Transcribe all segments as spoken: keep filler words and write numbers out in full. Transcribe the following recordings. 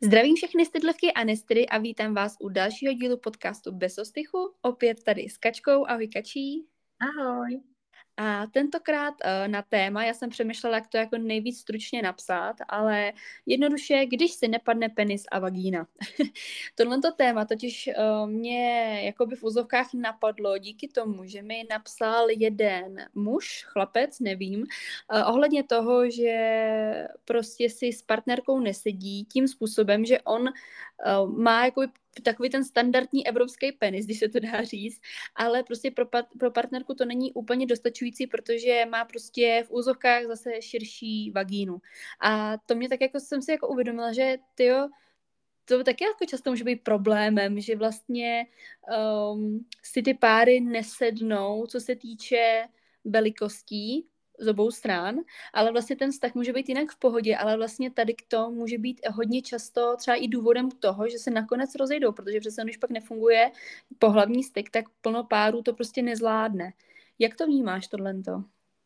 Zdravím všechny stydlivky a nestydy a vítám vás u dalšího dílu podcastu Bez ostychu. Opět tady s Kačkou. Ahoj Kačí. Ahoj. A tentokrát uh, na téma, já jsem přemýšlela, jak to jako nejvíc stručně napsat, ale jednoduše, když si nepadne penis a vagína. Tohleto téma totiž uh, mě jakoby v úzovkách napadlo díky tomu, že mi napsal jeden muž, chlapec, nevím, uh, ohledně toho, že prostě si s partnerkou nesedí tím způsobem, že on uh, má jakoby takový ten standardní evropský penis, když se to dá říct, ale prostě pro, pat, pro partnerku to není úplně dostačující, protože má prostě v úzovkách zase širší vagínu. A to mě tak jako jsem si jako uvědomila, že tyjo, to taky jako často může být problémem, že vlastně um, si ty páry nesednou, co se týče velikostí z obou stran, ale vlastně ten vztah může být jinak v pohodě, ale vlastně tady k tomu může být hodně často třeba i důvodem toho, že se nakonec rozejdou, protože přesně když pak nefunguje pohlavní styk, tak plno párů to prostě nezvládne. Jak to vnímáš tohleto?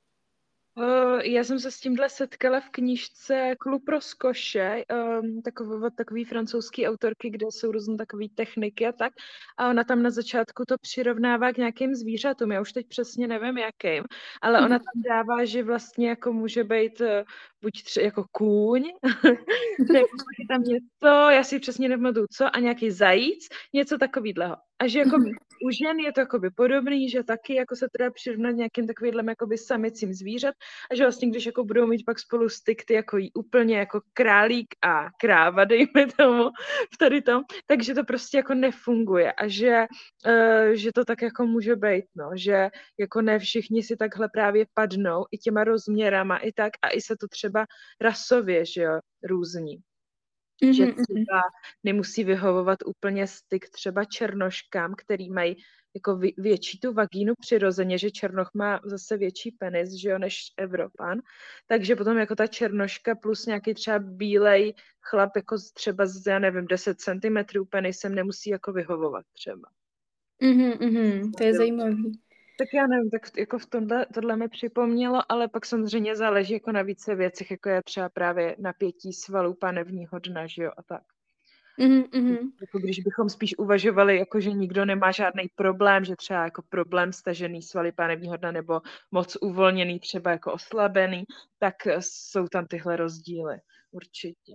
Uh, já jsem se s tímhle setkala v knížce Klub rozkoše, um, takové, od takový francouzský autorky, kde jsou různé takové techniky a tak. A ona tam na začátku to přirovnává k nějakým zvířatům. Já už teď přesně nevím, jakým, ale ona tam dává, že vlastně jako může být uh, buď tři, jako kůň, nebo je tam něco, já si přesně nepamatuju co, a nějaký zajíc, něco takového. A že jako u žen je to jakoby podobný, že taky jako se teda přirovnat nějakým takovým jakoby samicím zvířat a že vlastně když jako budou mít pak spolu styk ty jako jí úplně jako králík a kráva, dejme tomu, v tady tom, takže to prostě jako nefunguje a že, uh, že to tak jako může být, no, že jako ne všichni si takhle právě padnou i těma rozměrama i tak a i se to třeba rasově, že jo, různí. Mm-hmm. Že třeba nemusí vyhovovat úplně styk třeba černoškám, který mají jako větší tu vagínu přirozeně, že černoch má zase větší penis, že jo, než Evropan. Takže potom jako ta černoška plus nějaký třeba bílej chlap jako třeba z, já nevím, deset centimetrů penisem nemusí jako vyhovovat třeba. Mhm, mhm, to je zajímavý. Tak já nevím, tak jako v tomhle, tohle mi připomnělo, ale pak samozřejmě záleží jako na více věcech, jako je třeba právě napětí svalů panevního dna, že jo, a tak. Mm-hmm. Jako když bychom spíš uvažovali, jako že nikdo nemá žádný problém, že třeba jako problém stažený svaly pánevního dna nebo moc uvolněný, třeba jako oslabený, tak jsou tam tyhle rozdíly, určitě.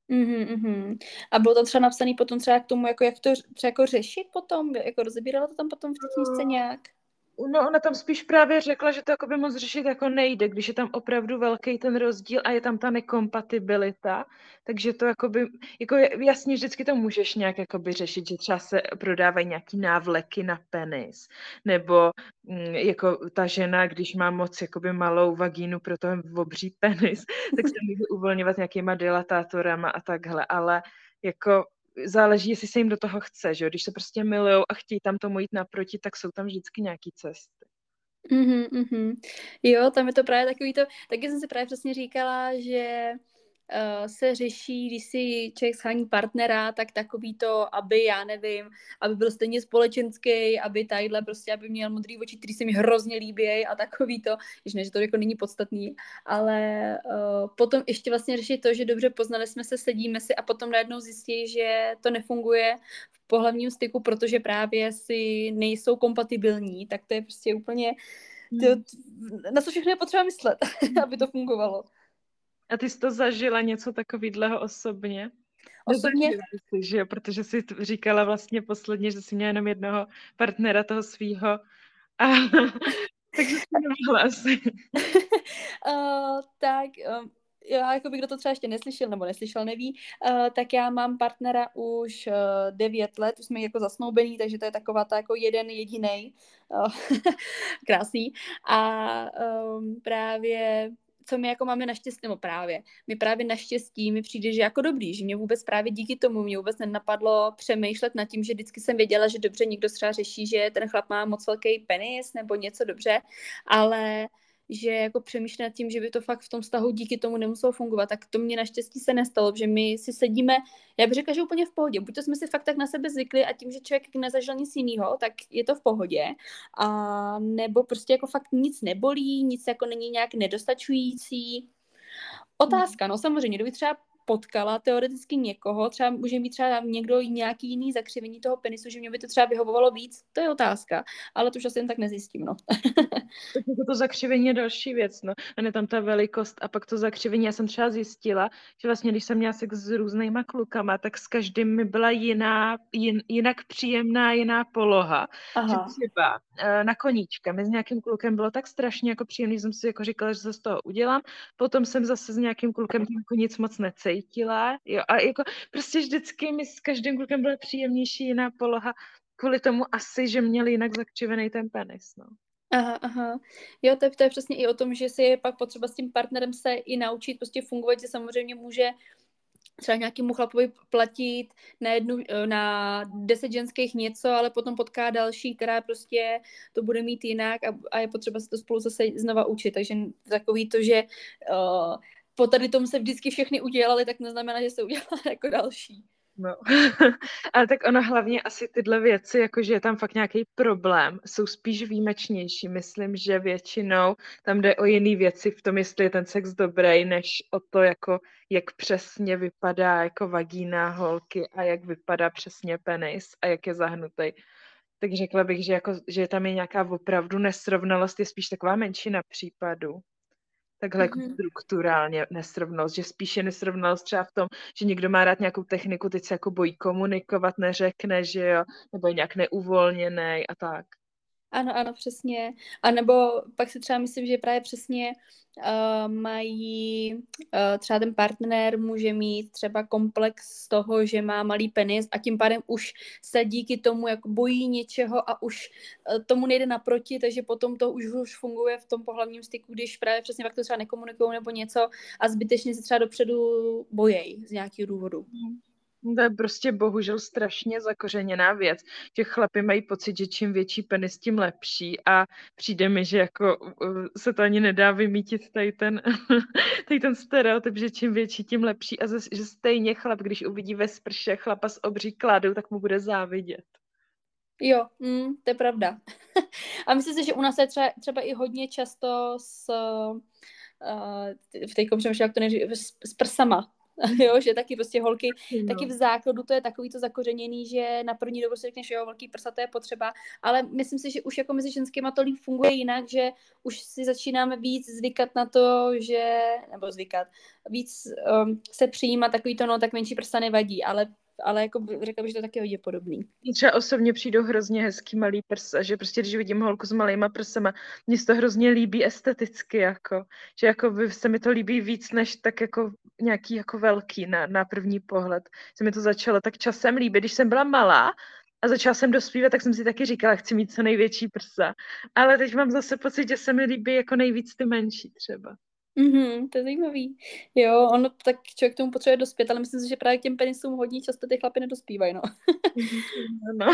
Mm-hmm. A bylo to třeba napsané potom třeba k tomu, jako jak to třeba jako řešit potom, jako rozebírala to tam potom v té knížce nějak? No, ona tam spíš právě řekla, že to jakoby moc řešit jako nejde, když je tam opravdu velký ten rozdíl a je tam ta nekompatibilita, takže to jakoby, jako jasně vždycky to můžeš nějak jakoby řešit, že třeba se prodávají nějaký návleky na penis, nebo mm, jako ta žena, když má moc jakoby malou vagínu pro ten obří penis, tak se může uvolňovat nějakýma dilatátorama a takhle, ale jako záleží, jestli se jim do toho chce, že jo? Když se prostě milujou a chtějí tam tomu jít naproti, tak jsou tam vždycky nějaký cesty. Mhm, mhm. Jo, tam je to právě takový to, taky jsem si právě přesně říkala, že uh, se řeší, když si člověk shání partnera, tak takový to, aby, já nevím, aby byl stejně společenský, aby tadyhle prostě, aby měl modrý oči, který se mi hrozně líbí a takový to, když ne, že to jako není podstatný, ale uh, potom ještě vlastně řešit to, že dobře poznali jsme se, sedíme si a potom najednou zjistí, že to nefunguje v pohlavním styku, protože právě si nejsou kompatibilní, tak to je prostě úplně Ty, na co všechno je potřeba myslet, aby to fungovalo. A ty jsi to zažila něco takového osobně? Osobně? Jsi, že jo? Protože jsi říkala vlastně posledně, že jsi měla jenom jednoho partnera toho svýho. A takže jsi nemohla asi. uh, tak um, já, jako by kdo to třeba ještě neslyšel, nebo neslyšel, neví, uh, tak já mám partnera už uh, devět let, už jsme jako zasnoubení, takže to je taková ta jako jeden jedinej. Uh, krásný. A um, právě co my jako máme naštěstí, nebo právě, my právě naštěstí mi přijde, že jako dobrý, že mě vůbec právě díky tomu mě vůbec nenapadlo přemýšlet nad tím, že vždycky jsem věděla, že dobře někdo třeba řeší, že ten chlap má moc velký penis nebo něco dobře, ale že jako přemýšlím nad tím, že by to fakt v tom vztahu díky tomu nemuselo fungovat, tak to mě naštěstí se nestalo, že my si sedíme, já bych řekla, že úplně v pohodě, buď to jsme si fakt tak na sebe zvykli a tím, že člověk nezažil nic jiného, tak je to v pohodě, a nebo prostě jako fakt nic nebolí, nic jako není nějak nedostačující. Otázka, no samozřejmě, kdyby třeba potkala teoreticky někoho, třeba může mít třeba někdo nějaký jiný zakřivení toho penisu, že mě by to třeba vyhovovalo víc, to je otázka, ale to už asi jen tak nezjistím, no. Tak jako to zakřivení je další věc, no. A ne tam ta velikost a pak to zakřivení. Já jsem třeba zjistila, že vlastně, když jsem měla sex s různýma klukama, tak s každým mi byla jiná, jin, jinak příjemná jiná poloha. Že Aha. třeba uh, na koníčka mi s nějakým klukem bylo tak strašně jako příjemný, že jsem si jako říkala, že se z toho udělám. Potom jsem zase s nějakým klukem jako nic moc necítila. Jo, a jako prostě vždycky mi s každým klukem byla příjemnější jiná poloha, kvůli tomu asi, že měl jinak zakřivený ten penis, no. Aha, aha. Jo, to je, to je přesně i o tom, že si je pak potřeba s tím partnerem se i naučit prostě fungovat, že samozřejmě může třeba nějakému chlapovi platit na jednu, na deset ženských něco, ale potom potká další, která prostě to bude mít jinak a, a je potřeba se to spolu zase znova učit. Takže takový to, že uh, po tady tomu se vždycky všechny udělali, tak neznamená, že se udělala jako další. No, ale tak ono hlavně asi tyhle věci, jakože je tam fakt nějaký problém, jsou spíš výjimečnější. Myslím, že většinou tam jde o jiný věci v tom, jestli je ten sex dobrý, než o to, jako, jak přesně vypadá jako vagína holky a jak vypadá přesně penis a jak je zahnutý. Tak řekla bych, že, jako, že tam je nějaká opravdu nesrovnalost, je spíš taková menšina případů. Takhle jako Mhm. strukturálně nesrovnalost, že spíš je nesrovnalost třeba v tom, že někdo má rád nějakou techniku, teď se jako bojí komunikovat, neřekne, že jo, nebo je nějak neuvolněný a tak. Ano, ano, přesně. A nebo pak si třeba myslím, že právě přesně uh, mají, uh, třeba ten partner může mít třeba komplex z toho, že má malý penis a tím pádem už se díky tomu jako bojí něčeho a už uh, tomu nejde naproti, takže potom to už, už funguje v tom pohlavním styku, když právě přesně fakt to třeba nekomunikují nebo něco a zbytečně se třeba dopředu bojejí z nějakého důvodu. To je prostě bohužel strašně zakořeněná věc, že chlapi mají pocit, že čím větší penis, tím lepší a přijde mi, že jako uh, se to ani nedá vymítit tady ten, tady ten stereotyp, že čím větší, tím lepší a zase, že stejně chlap, když uvidí ve sprše chlapa s obří kládou, tak mu bude závidět. Jo, mm, to je pravda. A myslím si, že u nás je třeba, třeba i hodně často s, uh, v teďkom přemýšlím, jak to neří, s, s prsama. Jo, že taky prostě holky, No. taky v základu to je takový to zakořeněný, že na první dobu si řekneš, jo, velký prsa, to je potřeba, ale myslím si, že už jako mezi ženskýma to líp funguje jinak, že už si začínáme víc zvykat na to, že, nebo zvykat, víc um, se přijímat takový to, no, tak menší prsa nevadí, ale ale jako řekla bych, že to taky hodně podobný. Mně třeba osobně přijdou hrozně hezký malý prsa, že prostě když vidím holku s malýma prsama, mně se to hrozně líbí esteticky, jako, že jako by se mi to líbí víc, než tak jako nějaký jako velký na, na první pohled. Se mi to začalo tak časem líbit, když jsem byla malá a začala jsem dospívat, tak jsem si taky říkala, chci mít co největší prsa. Ale teď mám zase pocit, že se mi líbí jako nejvíc ty menší třeba. Mhm, to je zajímavý. Jo, ono tak člověk k tomu potřebuje dospět, ale myslím si, že právě k těm penisům hodně často ty chlapy nedospívají, no. No.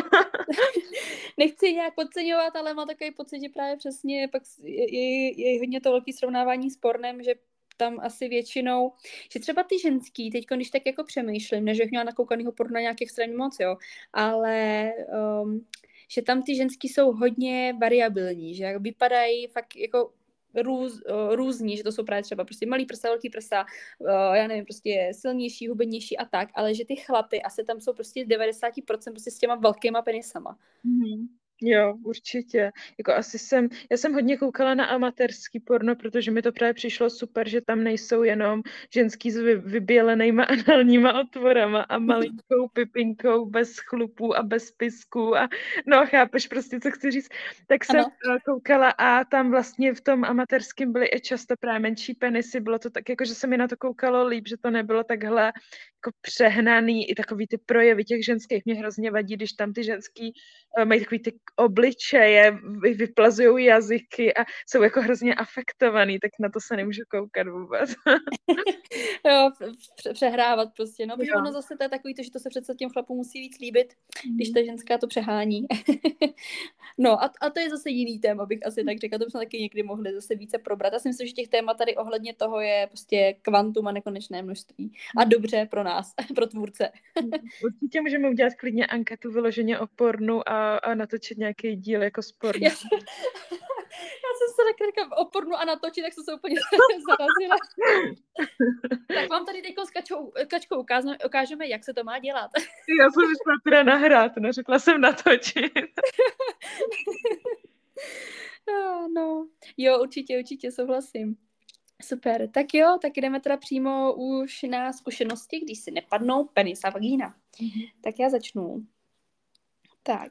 Nechci nějak podceňovat, ale mám takový pocit, že právě přesně pak je, je, je hodně to velký srovnávání s pornem, že tam asi většinou, že třeba ty ženský, teď když tak jako přemýšlím, než bych měla nakoukanýho porna nějakých extrémně moc, jo, ale um, že tam ty ženský jsou hodně variabilní, že vypadají fakt jako Růz, různí, že to jsou právě třeba prostě malý prsa, velký prsa, já nevím, prostě silnější, hubenější a tak, ale že ty chlapy asi tam jsou prostě devadesát procent prostě s těma velkýma penisama. Mm-hmm. Jo, určitě. Jako asi jsem, já jsem hodně koukala na amatérský porno, protože mi to právě přišlo super, že tam nejsou jenom ženský s vy, vybělenýma análníma otvorama a malinkou pipinkou bez chlupů a bez pisků a no chápeš prostě, co chci říct. Tak jsem ano. koukala a tam vlastně v tom amatérském byly i často právě menší penisy, bylo to tak jako, že se mi na to koukalo líp, že to nebylo takhle jako přehnaný, i takový ty projevy těch ženských mě hrozně vadí, když tam ty ženský uh, mají takový ty obličeje, vyplazují jazyky a jsou jako hrozně afektovaný, tak na to se nemůžu koukat vůbec. Jo, přehrávat prostě, no, protože ono zase to je takový to, že to se přece těm chlapům musí víc líbit, mm. když ta ženská to přehání. No a, a to je zase jiný téma, bych asi tak řekla, to bychom taky někdy mohli zase více probrat. Já si myslím, že těch témat tady ohledně toho je prostě kvantum a nekonečné množství. A dobře pro nás, pro tvůrce. Určitě můžeme udělat klidně anketu vyloženě o pornu a, a natočit nějaký díl jako sport. Já, já jsem se se takhle opornu a natočit, tak jsem se úplně zarazila. Tak vám tady teď s kačkou, kačkou ukážeme, ukážeme, jak se to má dělat. Já jsem myslela teda nahrát, neřekla jsem natočit. No, no, jo, určitě, určitě souhlasím. Super, tak jo, tak jdeme teda přímo už na zkušenosti, když si nepadnou penis a vagína. Mm-hmm. Tak já začnu. Tak.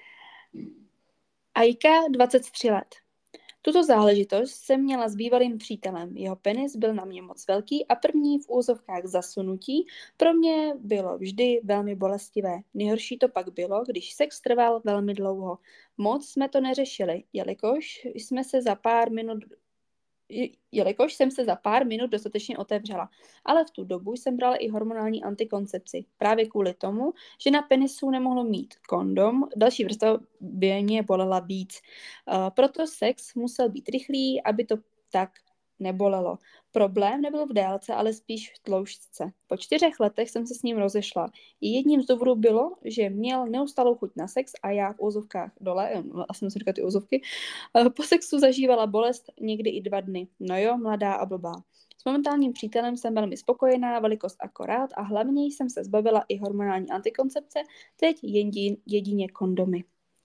Ajka, dvacet tři let. Tuto záležitost jsem měla s bývalým přítelem. Jeho penis byl na mě moc velký a první v úzovkách zasunutí pro mě bylo vždy velmi bolestivé. Nejhorší to pak bylo, když sex trval velmi dlouho. Moc jsme to neřešili, jelikož jsme se za pár minut jelikož jsem se za pár minut dostatečně otevřela. Ale v tu dobu jsem brala i hormonální antikoncepci. Právě kvůli tomu, že na penisu nemohlo mít kondom, další vrstva by mě bolela víc. Uh, proto sex musel být rychlý, aby to tak nebolelo. Problém nebyl v délce, ale spíš v tloušťce. Po čtyřech letech jsem se s ním rozešla. I jedním z důvodů bylo, že měl neustálou chuť na sex a já v úzovkách dole, asi musím říkat ty úzovky, po sexu zažívala bolest někdy i dva dny. No jo, mladá a blbá. S momentálním přítelem jsem velmi spokojená, velikost akorát a hlavně jsem se zbavila i hormonální antikoncepce, teď jedin, jedině kondomy.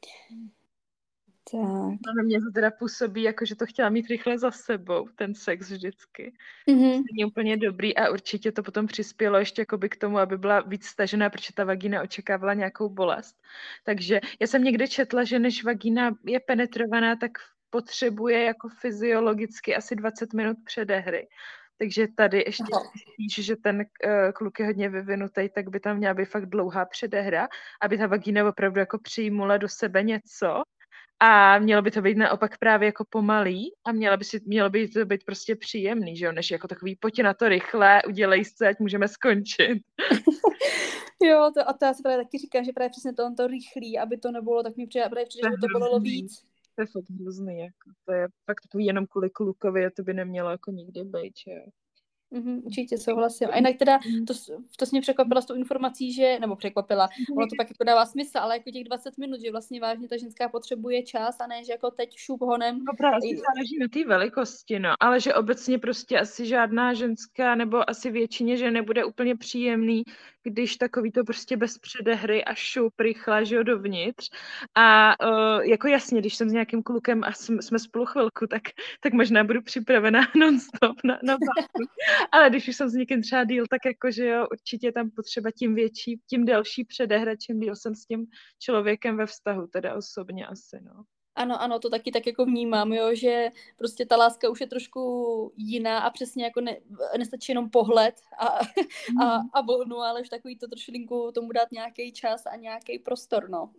Tak. No, na mě to teda působí, jako že to chtěla mít rychle za sebou, ten sex vždycky. Mm-hmm. Není úplně dobrý a určitě to potom přispělo ještě jakoby k tomu, aby byla víc stažená, protože ta vagína očekávala nějakou bolest. Takže já jsem někde četla, že než vagína je penetrovaná, tak potřebuje jako fyziologicky asi dvacet minut předehry. Takže tady ještě spíš, že ten uh, kluk je hodně vyvinutý, tak by tam měla být fakt dlouhá předehra, aby ta vagína opravdu jako přijmula do sebe něco. A mělo by to být naopak právě jako pomalý a mělo by, si, mělo by to být prostě příjemný, že jo, než jako takový pojď na to rychle, udělej se, ať můžeme skončit. Jo, to, a to já si právě taky říkám, že právě přesně to, to rychlý, aby to nebylo, tak mi přijde, právě přijde, že by to bolelo víc. To je fakt hrozný, jako, to je fakt takový jenom kvůli klukovi a to by nemělo jako nikdy být, jo. Mm-hmm, určitě souhlasím. A jinak teda, to, to jsi mě překvapila s tou informací, že, nebo překvapila, ono to pak jako dává smysl, ale jako těch dvacet minut, že vlastně vážně ta ženská potřebuje čas a ne, že jako teď šup honem. No právě záleží na té velikosti, no, ale že obecně prostě asi žádná ženská nebo asi většině, že nebude úplně příjemný, když takový to prostě bez předehry a šup rychle, že jo, dovnitř. A uh, jako jasně, když jsem s nějakým klukem a jsme spolu chvilku, tak, tak možná budu připravená non-stop na, na základ. Ale když už jsem s někým třeba díl, tak jako, že jo, určitě je tam potřeba tím větší, tím delší předehra, čím díl jsem s tím člověkem ve vztahu, teda osobně asi, no. Ano, ano, to taky tak jako vnímám, jo, že prostě ta láska už je trošku jiná a přesně jako ne, nestačí jenom pohled a, a, a vlnu, ale už takový to trošilinku tomu dát nějaký čas a nějaký prostor, no.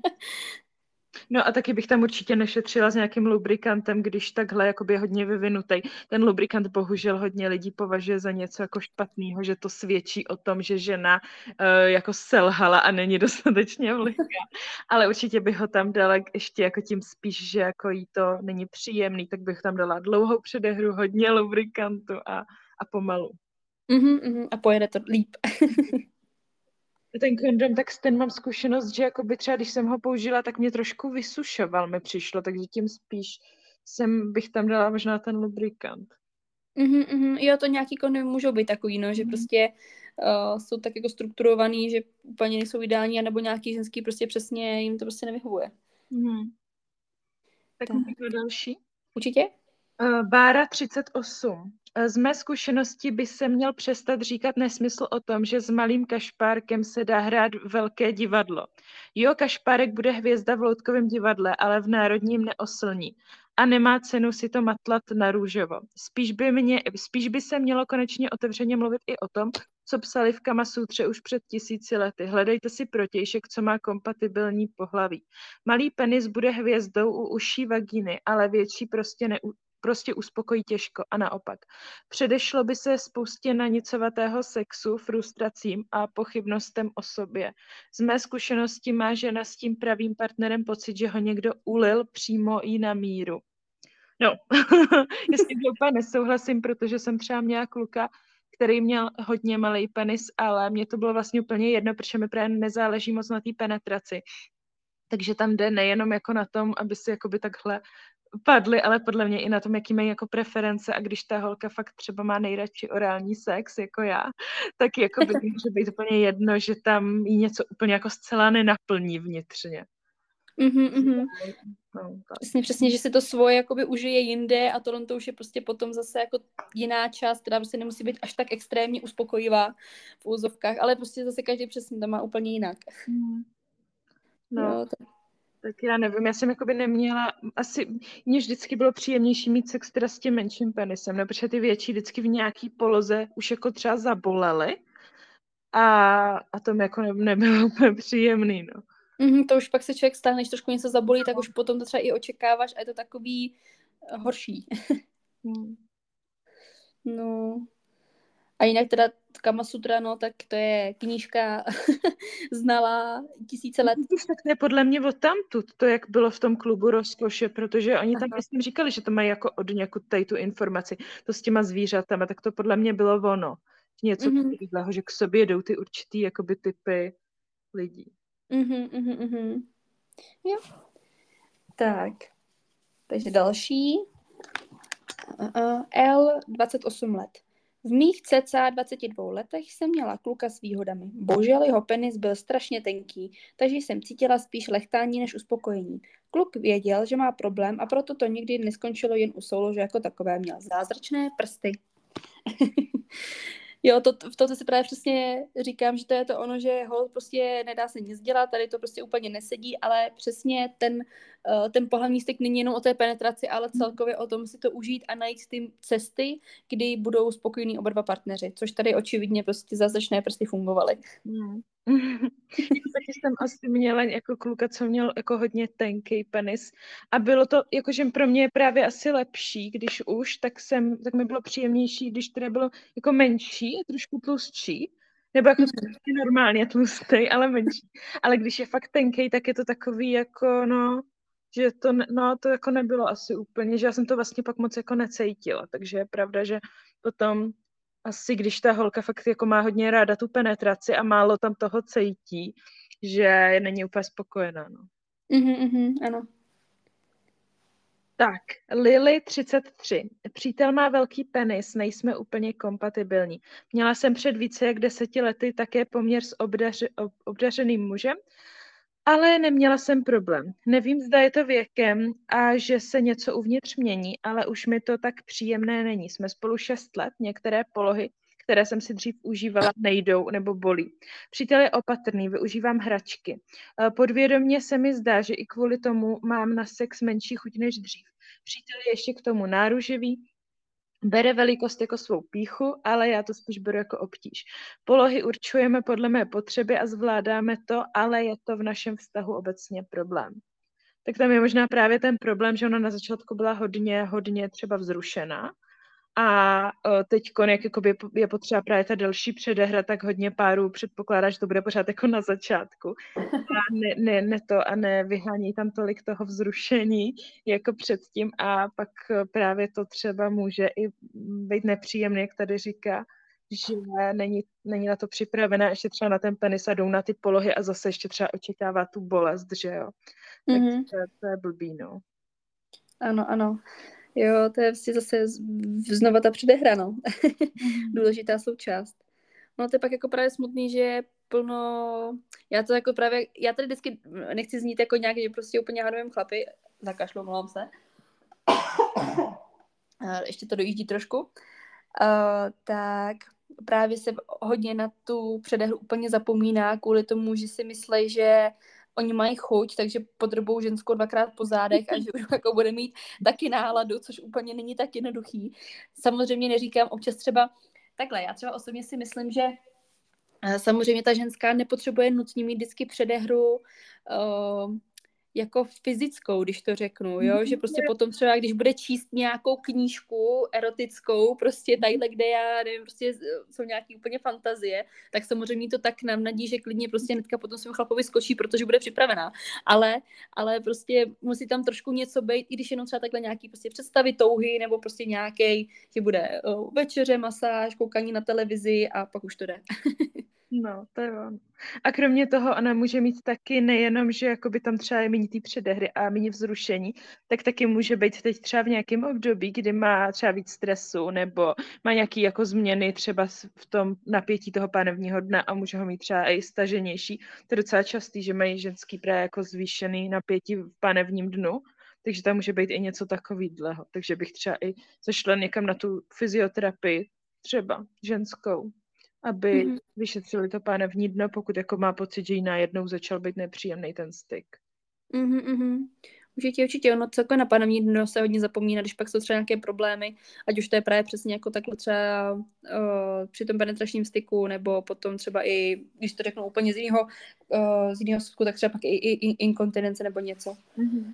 No a taky bych tam určitě nešetřila s nějakým lubrikantem, když takhle jakoby je hodně vyvinutý. Ten lubrikant bohužel hodně lidí považuje za něco jako špatného, že to svědčí o tom, že žena uh, jako selhala a není dostatečně vlhká. Ale určitě bych ho tam dala ještě jako tím spíš, že jako jí to není příjemný, tak bych tam dala dlouhou předehru, hodně lubrikantu a, a pomalu. Mm-hmm, mm-hmm, a pojede to líp. Ten kondom, tak ten mám zkušenost, že jakoby třeba, když jsem ho použila, tak mě trošku vysušoval, mi přišlo, takže tím spíš jsem, bych tam dala možná ten lubrikant. Mm-hmm, mm-hmm. Jo, to nějaký kondomy můžou být takový, no, že mm. prostě uh, jsou tak jako strukturovaný, že úplně nejsou ideální, anebo nějaký ženský prostě přesně jim to prostě nevyhovuje. Mm. Tak, tak. Můžu další? Určitě? Uh, Bára třicet osm. Z mé zkušenosti by se měl přestat říkat nesmysl o tom, že s malým kašpárkem se dá hrát velké divadlo. Jo, kašpárek bude hvězda v loutkovém divadle, ale v národním neoslní. A nemá cenu si to matlat na růžovo. Spíš by, mě, spíš by se mělo konečně otevřeně mluvit i o tom, co psali v Kamasutře už před tisíci lety. Hledejte si protějšek, co má kompatibilní pohlaví. Malý penis bude hvězdou u uší vagíny, ale větší prostě ne, prostě uspokojí těžko a naopak. Předešlo by se spoustě nanicovatého sexu, frustracím a pochybnostem o sobě. Z mé zkušenosti má žena s tím pravým partnerem pocit, že ho někdo ulil přímo jí na míru. No, jestli to úplně nesouhlasím, protože jsem třeba měla kluka, který měl hodně malý penis, ale mně to bylo vlastně úplně jedno, protože mi právě nezáleží moc na té penetraci. Takže tam jde nejenom jako na tom, aby si jakoby takhle padly, ale podle mě i na tom, jaký mají jako preference a když ta holka fakt třeba má nejradši orální sex, jako já, tak jako by může být úplně jedno, že tam jí něco úplně jako zcela nenaplní vnitřně. Mhm, mhm. No, tak. Přesně, přesně, že si to svoje jakoby užije jinde a tohle to už je prostě potom zase jako jiná část, která prostě nemusí být až tak extrémně uspokojivá v úzovkách, ale prostě zase každý přesně to má úplně jinak. Hmm. No, Jo, tak... tak já nevím, já jsem jakoby neměla, asi mně vždycky bylo příjemnější mít sex teda s tím menším penisem, no, protože ty větší vždycky v nějaký poloze už jako třeba zabolely a, a to mi jako ne, nebylo úplně příjemný, no. Mm-hmm, to už pak se člověk stane, když trošku něco zabolí, tak už potom to třeba i očekáváš a je to takový horší. Hmm. No. A jinak teda Kama Sutra, no, tak to je knížka znalá tisíce let. Tak to je podle mě odtamtud, to jak bylo v tom klubu rozkoše, protože oni tam, myslím, říkali, že to mají jako od někud tady tu informaci, to s těma zvířatama, tak to podle mě bylo ono. Něco mm-hmm. takového, že k sobě jdou ty určitý jakoby typy lidí. Mhm, mhm, mhm. Jo. Tak. Takže další. Uh, L, dvacet osm let. V mých cca dvaceti dvou letech jsem měla kluka s výhodami. Bohužel jeho penis byl strašně tenký, takže jsem cítila spíš lechtání než uspokojení. Kluk věděl, že má problém a proto to nikdy neskončilo jen u soulože jako takové. Měl zázračné prsty. Jo, to, v to si právě přesně říkám, že to je to ono, že hol prostě nedá se nic dělat, tady to prostě úplně nesedí, ale přesně ten, ten pohlavní styk není jenom o té penetraci, ale celkově o tom si to užít a najít ty cesty, kdy budou spokojení oba dva partneři, což tady očividně prostě zázračné prsty fungovaly. Mm. Taky jsem asi měla jako kluka, co měl jako hodně tenký penis a bylo to, jakože pro mě je právě asi lepší, když už, tak jsem, tak mi bylo příjemnější, když teda bylo jako menší a trošku tlustší, nebo jako mm. normálně tlustý, ale menší. Ale když je fakt tenký, tak je to takový jako, no, že to, no, to jako nebylo asi úplně, že já jsem to vlastně pak moc jako necítila, takže je pravda, že potom asi když ta holka fakt jako má hodně ráda tu penetraci a málo tam toho cítí, že není úplně spokojená, no. Mhm, mhm, ano. Tak, Lily třicet tři. Přítel má velký penis, nejsme úplně kompatibilní. Měla jsem před více jak deseti lety také poměr s obdaři, ob, obdařeným mužem, ale neměla jsem problém. Nevím, zda je to věkem a že se něco uvnitř mění, ale už mi to tak příjemné není. Jsme spolu šest let, některé polohy, které jsem si dřív užívala, nejdou nebo bolí. Přítel je opatrný, využívám hračky. Podvědomě se mi zdá, že i kvůli tomu mám na sex menší chuť než dřív. Přítel je ještě k tomu náruživý, bere velikost jako svou pýchu, ale já to spíš beru jako obtíž. Polohy určujeme podle mé potřeby a zvládáme to, ale je to v našem vztahu obecně problém. Tak tam je možná právě ten problém, že ona na začátku byla hodně, hodně třeba vzrušená a teď jak je potřeba právě ta další předehra, tak hodně párů předpokládá, že to bude pořád jako na začátku. A ne, ne, ne to a nevyhání tam tolik toho vzrušení jako předtím a pak právě to třeba může i být nepříjemné, jak tady říká, že není, není na to připravená ještě třeba na ten penis a jdou na ty polohy a zase ještě třeba očekává tu bolest, že jo. Mm-hmm. Tak to, to je blbý, no. Ano, ano. Jo, to je vlastně zase znova ta předehra, no. Důležitá součást. No to je pak jako právě smutný, že je plno... Já to jako právě... Já tady vždycky nechci znít jako nějak, že prostě úplně hádovým chlapy. Zakašlu, mluvám se. Ještě to dojíždí trošku. Uh, tak právě se hodně na tu předehru úplně zapomíná kvůli tomu, že si myslí, že oni mají chuť, takže podrobou ženskou dvakrát po zádech a že už jako bude mít taky náladu, což úplně není tak jednoduchý. Samozřejmě neříkám občas třeba takhle, já třeba osobně si myslím, že samozřejmě ta ženská nepotřebuje nutně mít vždycky předehru uh, jako fyzickou, když to řeknu, jo, že prostě potom třeba, když bude číst nějakou knížku erotickou, prostě tadyhle, kde já nevím, prostě jsou nějaký úplně fantazie, tak samozřejmě to tak navnadí, že klidně prostě hnedka potom svým chlapovi skočí, protože bude připravená, ale, ale prostě musí tam trošku něco být, i když jenom třeba takhle nějaký prostě představy touhy, nebo prostě nějaký, že bude oh, večeře, masáž, koukání na televizi a pak už to jde. No, to je ono. A kromě toho ona může mít taky nejenom, že jakoby tam třeba je méně té předehry a méně vzrušení, tak taky může být teď třeba v nějakém období, kdy má třeba víc stresu nebo má nějaký jako změny třeba s- v tom napětí toho pánevního dna a může ho mít třeba i staženější. To je docela častý, že mají ženský právě jako zvýšený napětí v pánevním dnu, takže tam může být i něco takového. Takže bych třeba i zašla někam na tu fyzioterapii, třeba ženskou, aby Mhm, vyšetřili to pánevní dno, pokud jako má pocit, že jí najednou začal být nepříjemný ten styk. mhm, mhm. Určitě, určitě, ono celkově na pánevní dno se hodně zapomíná, když pak jsou třeba nějaké problémy, ať už to je právě přesně jako takhle třeba uh, při tom penetračním styku, nebo potom třeba i, když to řeknu úplně z jiného, uh, z jiného skutku, tak třeba pak i, i, i inkontinence nebo něco. Mm-hmm.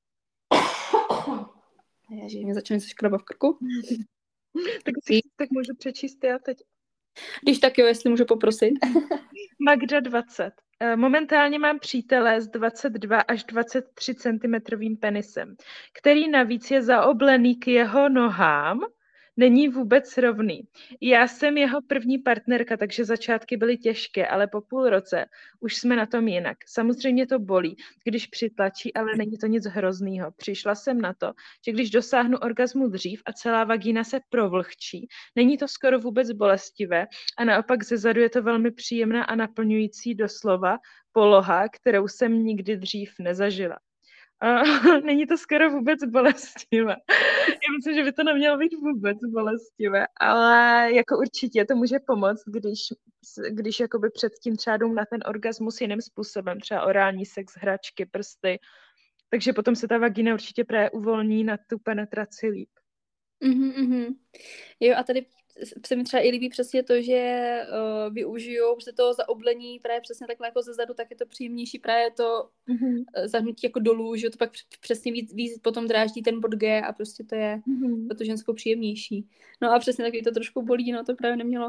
Ježiš, mě začne se škrabat v krku. Tak si tak můžu přečíst já teď. Když tak jo, jestli můžu poprosit. Magda dvacet. Momentálně mám přítele s dvacet dva až dvacet tři centimetrovým penisem, který navíc je zaoblený k jeho nohám, není vůbec rovný. Já jsem jeho první partnerka, takže začátky byly těžké, ale po půl roce už jsme na tom jinak. Samozřejmě to bolí, když přitlačí, ale není to nic hroznýho. Přišla jsem na to, že když dosáhnu orgazmu dřív a celá vagína se provlhčí, není to skoro vůbec bolestivé a naopak zezadu je to velmi příjemná a naplňující doslova poloha, kterou jsem nikdy dřív nezažila. A není to skoro vůbec bolestivé. Já myslím, že by to nemělo být vůbec bolestivé, ale jako určitě to může pomoct, když, když jakoby předtím třeba jdou na ten orgasmus jiným způsobem, třeba orální sex, hračky, prsty, takže potom se ta vagína určitě právě uvolní na tu penetraci líp. Mhm, mhm. Jo, a tady se mi třeba i líbí přesně to, že uh, využijou přes toho zaoblení právě přesně takhle jako zezadu, tak je to příjemnější právě to Mm-hmm. uh, zahnutí jako dolů, že to pak přesně víc, víc potom dráždí ten bod G a prostě to je Mm-hmm. pro to ženskou příjemnější. No a přesně taky to trošku bolí, no to právě nemělo.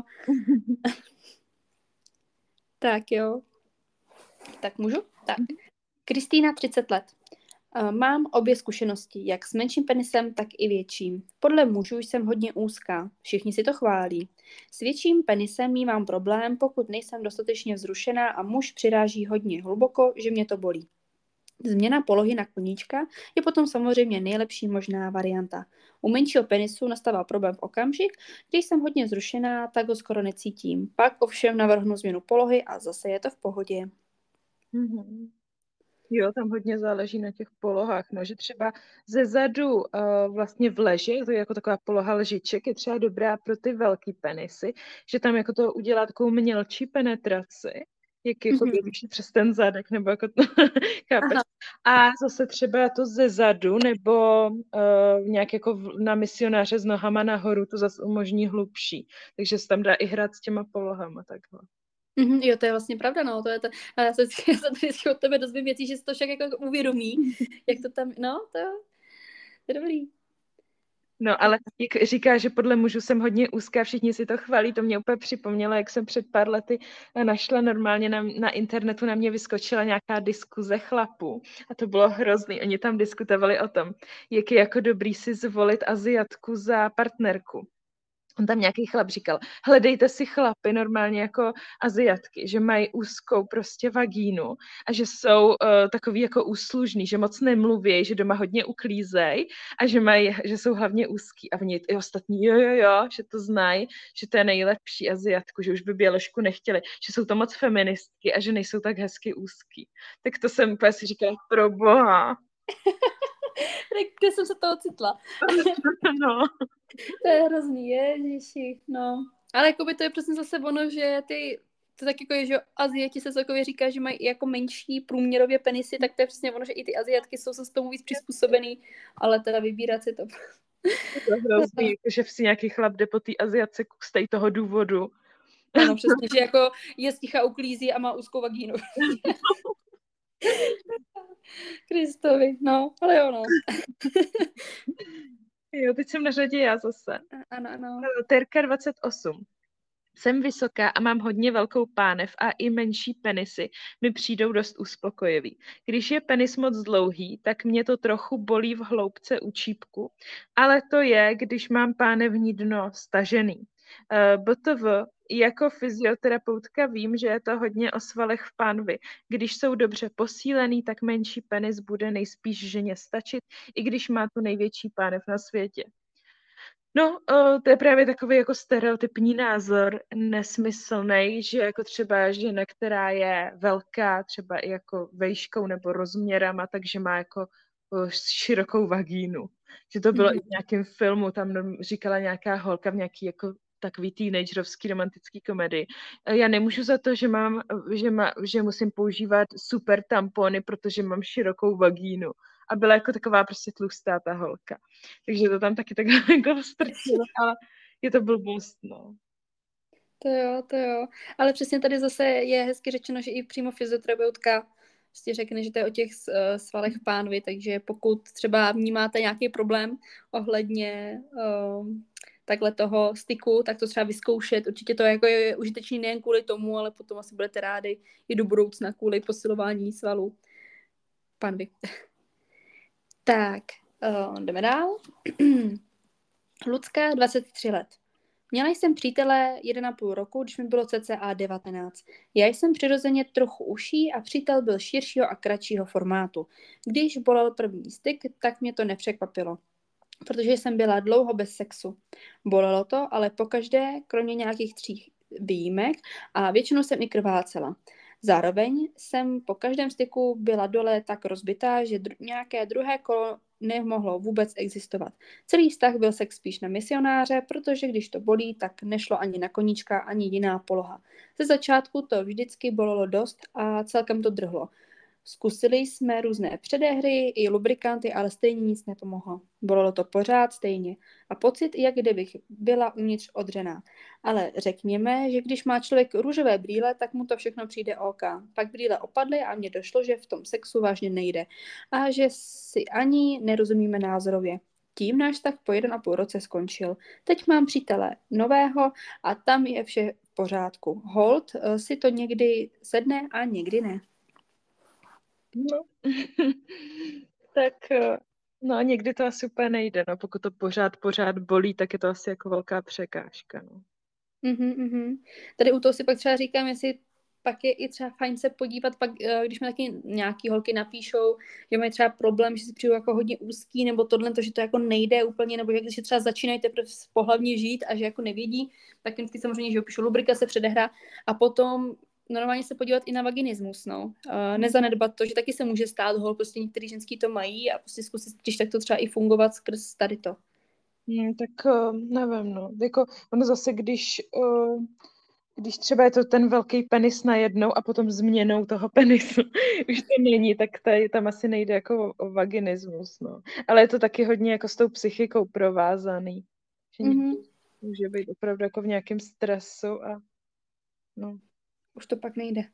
Tak jo. Tak můžu? Tak. Kristýna, třicet let. Mám obě zkušenosti, jak s menším penisem, tak i větším. Podle mužů jsem hodně úzká, všichni si to chválí. S větším penisem mívám problém, pokud nejsem dostatečně vzrušená a muž přiráží hodně hluboko, že mě to bolí. Změna polohy na koníčka je potom samozřejmě nejlepší možná varianta. U menšího penisu nastává problém v okamžik, když jsem hodně zrušená, tak ho skoro necítím. Pak ovšem navrhnu změnu polohy a zase je to v pohodě. Mm-hmm. Jo, tam hodně záleží na těch polohách, no, že třeba ze zadu uh, vlastně v leži, to je jako taková poloha ležiček, je třeba dobrá pro ty velký penisy, že tam jako to udělá takovou mělčí penetraci, jak jako Mm-hmm. běží přes ten zadek, nebo jako to, chápeš? A zase třeba to ze zadu, nebo uh, nějak jako v, na misionáře s nohama nahoru, to zase umožní hlubší, takže se tam dá i hrát s těma polohama takhle. Mm-hmm, jo, to je vlastně pravda, no, to je to, a já se, já se vždycky od tebe dozvím věcí, že si to však jako uvědomí, jak to tam, no, to, to je dobrý. No, ale jak říká, že podle mužů jsem hodně úzká, všichni si to chválí, to mě úplně připomnělo, jak jsem před pár lety našla normálně na, na internetu, na mě vyskočila nějaká diskuze chlapů a to bylo hrozný. Oni tam diskutovali o tom, jak je jako dobrý si zvolit Aziatku za partnerku. On tam nějaký chlap říkal, hledejte si chlapy normálně jako Aziatky, že mají úzkou prostě vagínu a že jsou uh, takový jako úslužný, že moc nemluví, že doma hodně uklízej a že, mají, že jsou hlavně úzký. A oni i ostatní, jo, jo, jo, že to znají, že to je nejlepší Aziatku, že už by Běložku nechtěli, že jsou to moc feministky a že nejsou tak hezky úzký. Tak to jsem úplně si říkala, pro boha. Kde jsem se toho ocitla? No. To je hrozný, ježiši, no. Ale jakoby to je přesně zase ono, že ty, to tak jako je, že Aziati se celkově říká, že mají jako menší průměrově penisy, tak to je přesně ono, že i ty Aziatky jsou se s tomu víc přizpůsobený, ale teda vybírat si to. To je hrozný, že si nějaký chlap jde po té Aziatce z té toho důvodu. Ano, přesně, že jako je sticha, uklízí a má úzkou vagínu. Kristovi, no, ale jo, no. Jo, teď jsem na řadě já zase. Ano, ano. Terka dvacet osm. Jsem vysoká a mám hodně velkou pánev a i menší penisy mi přijdou dost uspokojivý. Když je penis moc dlouhý, tak mě to trochu bolí v hloubce u čípku, ale to je, když mám pánevní dno stažený. Uh, B T V, jako fyzioterapeutka vím, že je to hodně o svalech v pánvi. Když jsou dobře posílený, tak menší penis bude nejspíš ženě stačit, i když má tu největší pánev na světě. No, uh, to je právě takový jako stereotypní názor, nesmyslný, že jako třeba žena, která je velká, třeba i jako vejškou nebo rozměrama, takže má jako uh, širokou vagínu. Že to bylo Mhm. i v nějakém filmu, tam říkala nějaká holka v nějaký jako takový teenagerovský romantický komedii. Já nemůžu za to, že mám, že, má, že musím používat super tampony, protože mám širokou vagínu. A byla jako taková prostě tlustá ta holka. Takže to tam taky takhle jako strčilo, ale je to blbost, no. To jo, to jo. Ale přesně tady zase je hezky řečeno, že i přímo fyzioterapeutka prostě řekne, že to je o těch uh, svalech pánvy, takže pokud třeba vnímáte nějaký problém ohledně uh, takhle toho styku, tak to třeba vyzkoušet. Určitě to jako je užitečný nejen kvůli tomu, ale potom asi budete rádi i do budoucna kvůli posilování svalů pánvy. Tak, uh, jdeme dál. Lucka, dvacet tři let. Měla jsem přítele jeden a půl roku, když mi bylo cca devatenáct. Já jsem přirozeně trochu uší a přítel byl širšího a kratšího formátu. Když bolel první styk, tak mě to nepřekvapilo, protože jsem byla dlouho bez sexu. Bolelo to, ale pokaždé, kromě nějakých tří výjimek, a většinou jsem i krvácela. Zároveň jsem po každém styku byla dole tak rozbitá, že dru- nějaké druhé kolo nemohlo vůbec existovat. Celý vztah byl sex spíš na misionáře, protože když to bolí, tak nešlo ani na koníčka, ani jiná poloha. Ze začátku to vždycky bolelo dost a celkem to drhlo. Zkusili jsme různé předehry i lubrikanty, ale stejně nic nepomohlo. Bolelo to pořád stejně. A pocit, jak kdybych byla uvnitř odřená. Ale řekněme, že když má člověk růžové brýle, tak mu to všechno přijde OK. Pak brýle opadly a mně došlo, že v tom sexu vážně nejde. A že si ani nerozumíme názorově. Tím náš tak po jeden a půl roce skončil. Teď mám přítele nového a tam je vše v pořádku. Hold si to někdy sedne a někdy ne. No. Tak no někdy to asi úplně nejde, no. Pokud to pořád, pořád bolí, tak je to asi jako velká překážka, no. Uhum, uhum. Tady u toho si pak třeba říkám, jestli pak je i třeba fajn se podívat, pak, když mi taky nějaký holky napíšou, že mají třeba problém, že si přijdu jako hodně úzký, nebo tohle, to, že to jako nejde úplně, nebo že když třeba začínají teprve pohlavně žít a že jako nevědí, tak jim samozřejmě, že opíšu lubrikace, předehra a potom normálně se podívat i na vaginismus, no. Uh, nezanedbat to, že taky se může stát hol, prostě některý ženský to mají a prostě zkusit, když tak to třeba i fungovat skrz tady to. Hmm, tak nevím, no. Jako ono zase, když, uh, když třeba je to ten velký penis najednou a potom změnou toho penisu už to není, tak tady, tam asi nejde jako o, o vaginismus, no. Ale je to taky hodně jako s tou psychikou provázaný. Že Mm-hmm. může být opravdu jako v nějakém stresu a no. Už to pak nejde.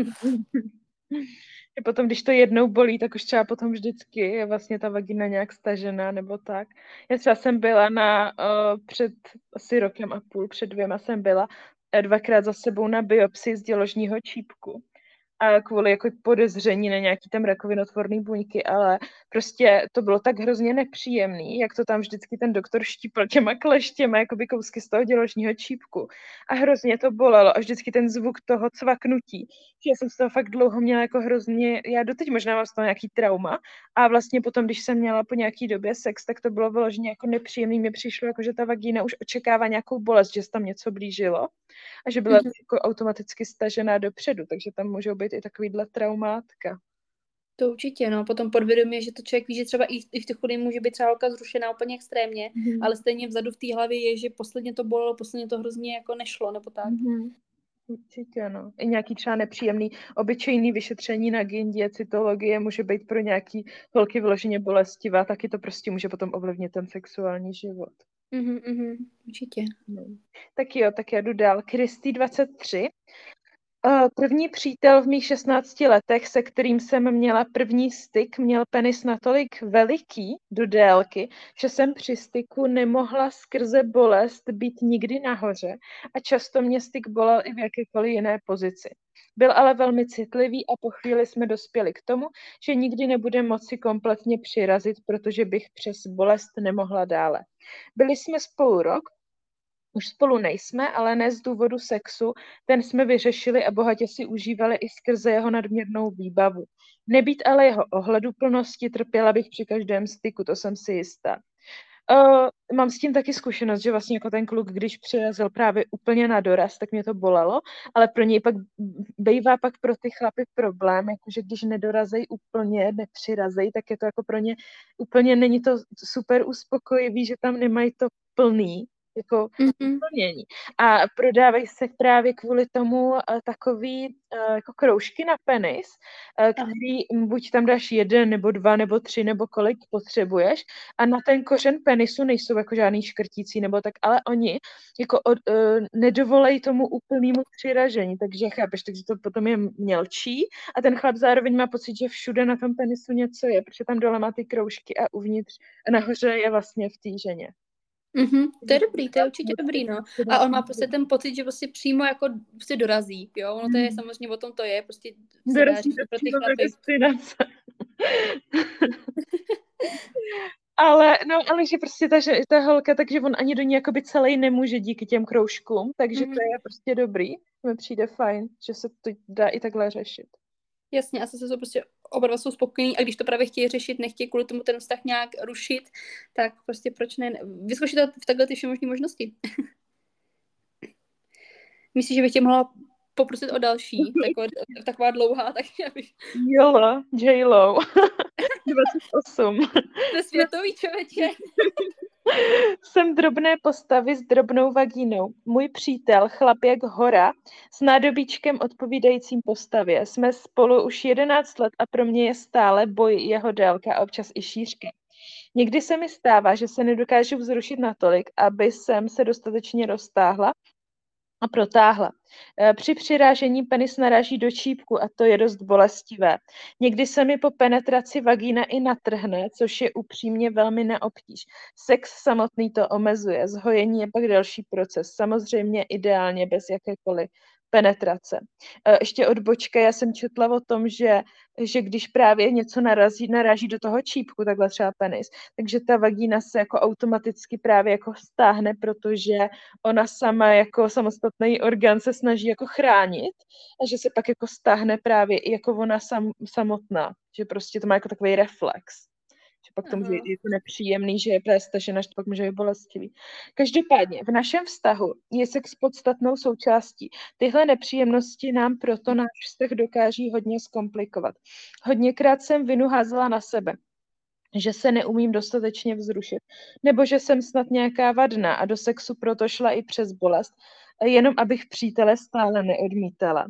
A potom, když to jednou bolí, tak už třeba potom vždycky je vlastně ta vagina nějak stažená nebo tak. Já třeba jsem byla na, uh, před asi rokem a půl, před dvěma jsem byla dvakrát za sebou na biopsii z děložního čípku. A kvůli jako podezření na nějaký tam rakovinotvorný buňky, ale prostě to bylo tak hrozně nepříjemný, jak to tam vždycky ten doktor štípal těma kleštěma, jakoby kousky z toho děložního čípku. A hrozně to bolelo a vždycky ten zvuk toho cvaknutí, že já jsem z toho fakt dlouho měla jako hrozně, já doteď možná mám z toho nějaký trauma a vlastně potom, když jsem měla po nějaký době sex, tak to bylo vyloženě jako nepříjemný, mě přišlo jako, že ta vagína už očekává nějakou bolest, že se tam něco blížilo a že byla mm-hmm. jako automaticky stažená dopředu, takže tam můžou být i takovýhle traumátka. To určitě, no. Potom podvědomě, že to člověk ví, že třeba i, i v těch chudých může být třeba holka zrušená úplně extrémně, mm-hmm. ale stejně vzadu v té hlavě je, že posledně to bolelo, posledně to hrozně jako nešlo, nebo tak. Mm-hmm. Určitě, no. I nějaký třeba nepříjemný, obyčejný vyšetření na gindě, cytologie může být pro nějaký holky vyloženě bolestivá, taky to prostě může potom ovlivnit ten sexuální život. Mhm, mhm, určitě. No. Tak jo, tak já jdu dál. Kristý dvacet tři. První přítel v mých šestnácti letech, se kterým jsem měla první styk, měl penis natolik veliký do délky, že jsem při styku nemohla skrze bolest být nikdy nahoře a často mě styk bolel i v jakékoliv jiné pozici. Byl ale velmi citlivý a po chvíli jsme dospěli k tomu, že nikdy nebude moci kompletně přirazit, protože bych přes bolest nemohla dále. Byli jsme spolu rok Už spolu nejsme, ale ne z důvodu sexu, ten jsme vyřešili a bohatě si užívali i skrze jeho nadměrnou výbavu. Nebýt ale jeho ohleduplnosti, trpěla bych při každém styku, to jsem si jistá. Uh, mám s tím taky zkušenost, že vlastně jako ten kluk, když přirazil právě úplně na doraz, tak mě to bolelo, ale pro něj pak bývá pak pro ty chlapy problém, jakože když nedorazej úplně, nepřirazej, tak je to jako pro ně úplně není to super uspokojivý, že tam nemají to plný, jako Mm-hmm. plnění. A prodávají se právě kvůli tomu uh, takový uh, jako kroužky na penis, uh, který buď tam dáš jeden, nebo dva, nebo tři, nebo kolik potřebuješ a na ten kořen penisu nejsou jako žádný škrtící nebo tak, ale oni jako od, uh, nedovolejí tomu úplnému přiražení, takže chápeš, takže to potom je mělčí a ten chlap zároveň má pocit, že všude na tom penisu něco je, protože tam dole má ty kroužky a uvnitř a nahoře je vlastně v té ženě. Mm-hmm. To je dobrý, to je určitě dobrý, no. A on má prostě ten pocit, že prostě přímo jako prostě dorazí, jo. Ono to je samozřejmě o tom to je, prostě dorazí to pro ty přímo chlapy. destinace. Ale, no, ale že prostě ta, že, ta holka, takže on ani do ní jakoby celý nemůže díky těm kroužkům, takže mm-hmm. to je prostě dobrý. Mi přijde fajn, že se to dá i takhle řešit. Jasně, a zase jsou prostě oba dva jsou spokojení a když to právě chtějí řešit, nechtějí kvůli tomu ten vztah nějak rušit, tak prostě proč ne? Vyzkoušet to v takhle ty všemožné možnosti. Myslíš, že bych tě mohla poprosit o další, taková, taková dlouhá, tak abych... Jolo, J-Lo, dvacet osm. To světový člověče. Jsem drobné postavy s drobnou vagínou. Můj přítel, chlap jak hora, s nádobíčkem odpovídajícím postavě. Jsme spolu už jedenáct let a pro mě je stále boj jeho délka a občas i šířka. Někdy se mi stává, že se nedokážu vzrušit natolik, aby jsem se dostatečně roztáhla a protáhla. Při přirážení penis naráží do čípku a to je dost bolestivé. Někdy se mi po penetraci vagína i natrhne, což je upřímně velmi neobtíž. Sex samotný to omezuje, zhojení je pak další proces, samozřejmě ideálně bez jakékoliv penetrace. Ještě odbočka, já jsem četla o tom, že, že když právě něco narazí, naráží do toho čípku, takhle třeba penis, takže ta vagína se jako automaticky právě jako stáhne, protože ona sama jako samostatný orgán se snaží jako chránit a že se pak jako stáhne právě i jako ona sam, samotná, že prostě to má jako takový reflex. Že pak to může být jako nepříjemný, že je právě stažena, že to pak může být bolestivý. Každopádně, v našem vztahu je sex podstatnou součástí. Tyhle nepříjemnosti nám proto náš vztah dokáží hodně zkomplikovat. Hodněkrát jsem vinu házela na sebe, že se neumím dostatečně vzrušit, nebo že jsem snad nějaká vadná a do sexu proto šla i přes bolest, jenom abych přítele stále neodmítala.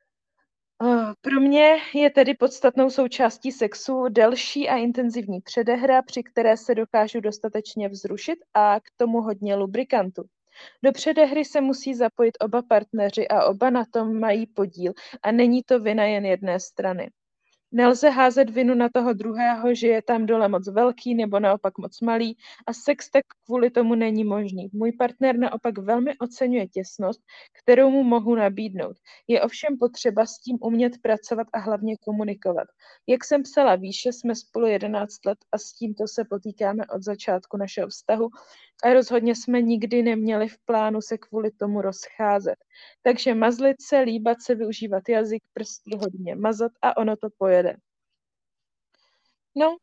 Pro mě je tedy podstatnou součástí sexu delší a intenzivní předehra, při které se dokážu dostatečně vzrušit a k tomu hodně lubrikantu. Do předehry se musí zapojit oba partneři a oba na tom mají podíl a není to vina jen jedné strany. Nelze házet vinu na toho druhého, že je tam dole moc velký nebo naopak moc malý a sex tak kvůli tomu není možný. Můj partner naopak velmi oceňuje těsnost, kterou mu mohu nabídnout. Je ovšem potřeba s tím umět pracovat a hlavně komunikovat. Jak jsem psala výše, jsme spolu jedenáct let a s tímto se potýkáme od začátku našeho vztahu a rozhodně jsme nikdy neměli v plánu se kvůli tomu rozcházet. Takže mazlit se, líbat se, využívat jazyk, prsty hodně mazat a ono to pojede. No,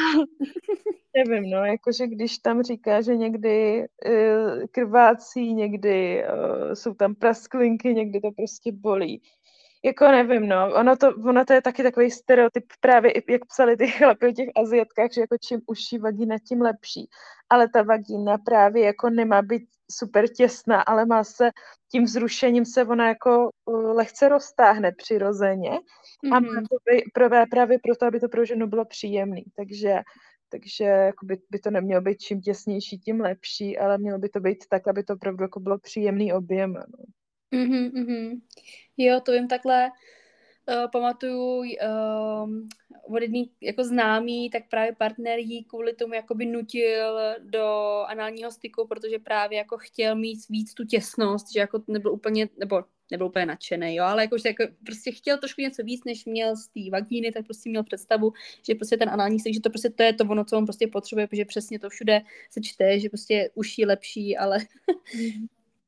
nevím, no, jakože když tam říká, že někdy uh, krvácí, někdy uh, jsou tam prasklinky, někdy to prostě bolí. Jako nevím, no, ono to, ono to je taky takový stereotyp právě, jak psali ty chlapi o těch Aziatkách, že jako čím užší vagína, tím lepší. Ale ta vagína právě jako nemá být super těsná, ale má se, tím vzrušením se ona jako uh, lehce roztáhne přirozeně mm-hmm. a má to být právě, právě proto, aby to pro ženu bylo příjemný. Takže takže jako by, by to nemělo být čím těsnější, tím lepší, ale mělo by to být tak, aby to opravdu jako bylo příjemný objem. No. Mm-hmm, mm-hmm. Jo, to vím takhle. Uh, pamatuju um, od jedný jako známý, tak právě partner jí kvůli tomu jakoby nutil do análního styku, protože právě jako chtěl mít víc tu těsnost, že jako nebyl úplně, nebo nebyl úplně nadšený, jo, ale jakože jako prostě chtěl trošku něco víc, než měl z té vagíny, tak prostě měl představu, že prostě ten anální styk, že to prostě to je to ono, co on prostě potřebuje, protože přesně to všude se čte, že prostě uší lepší, ale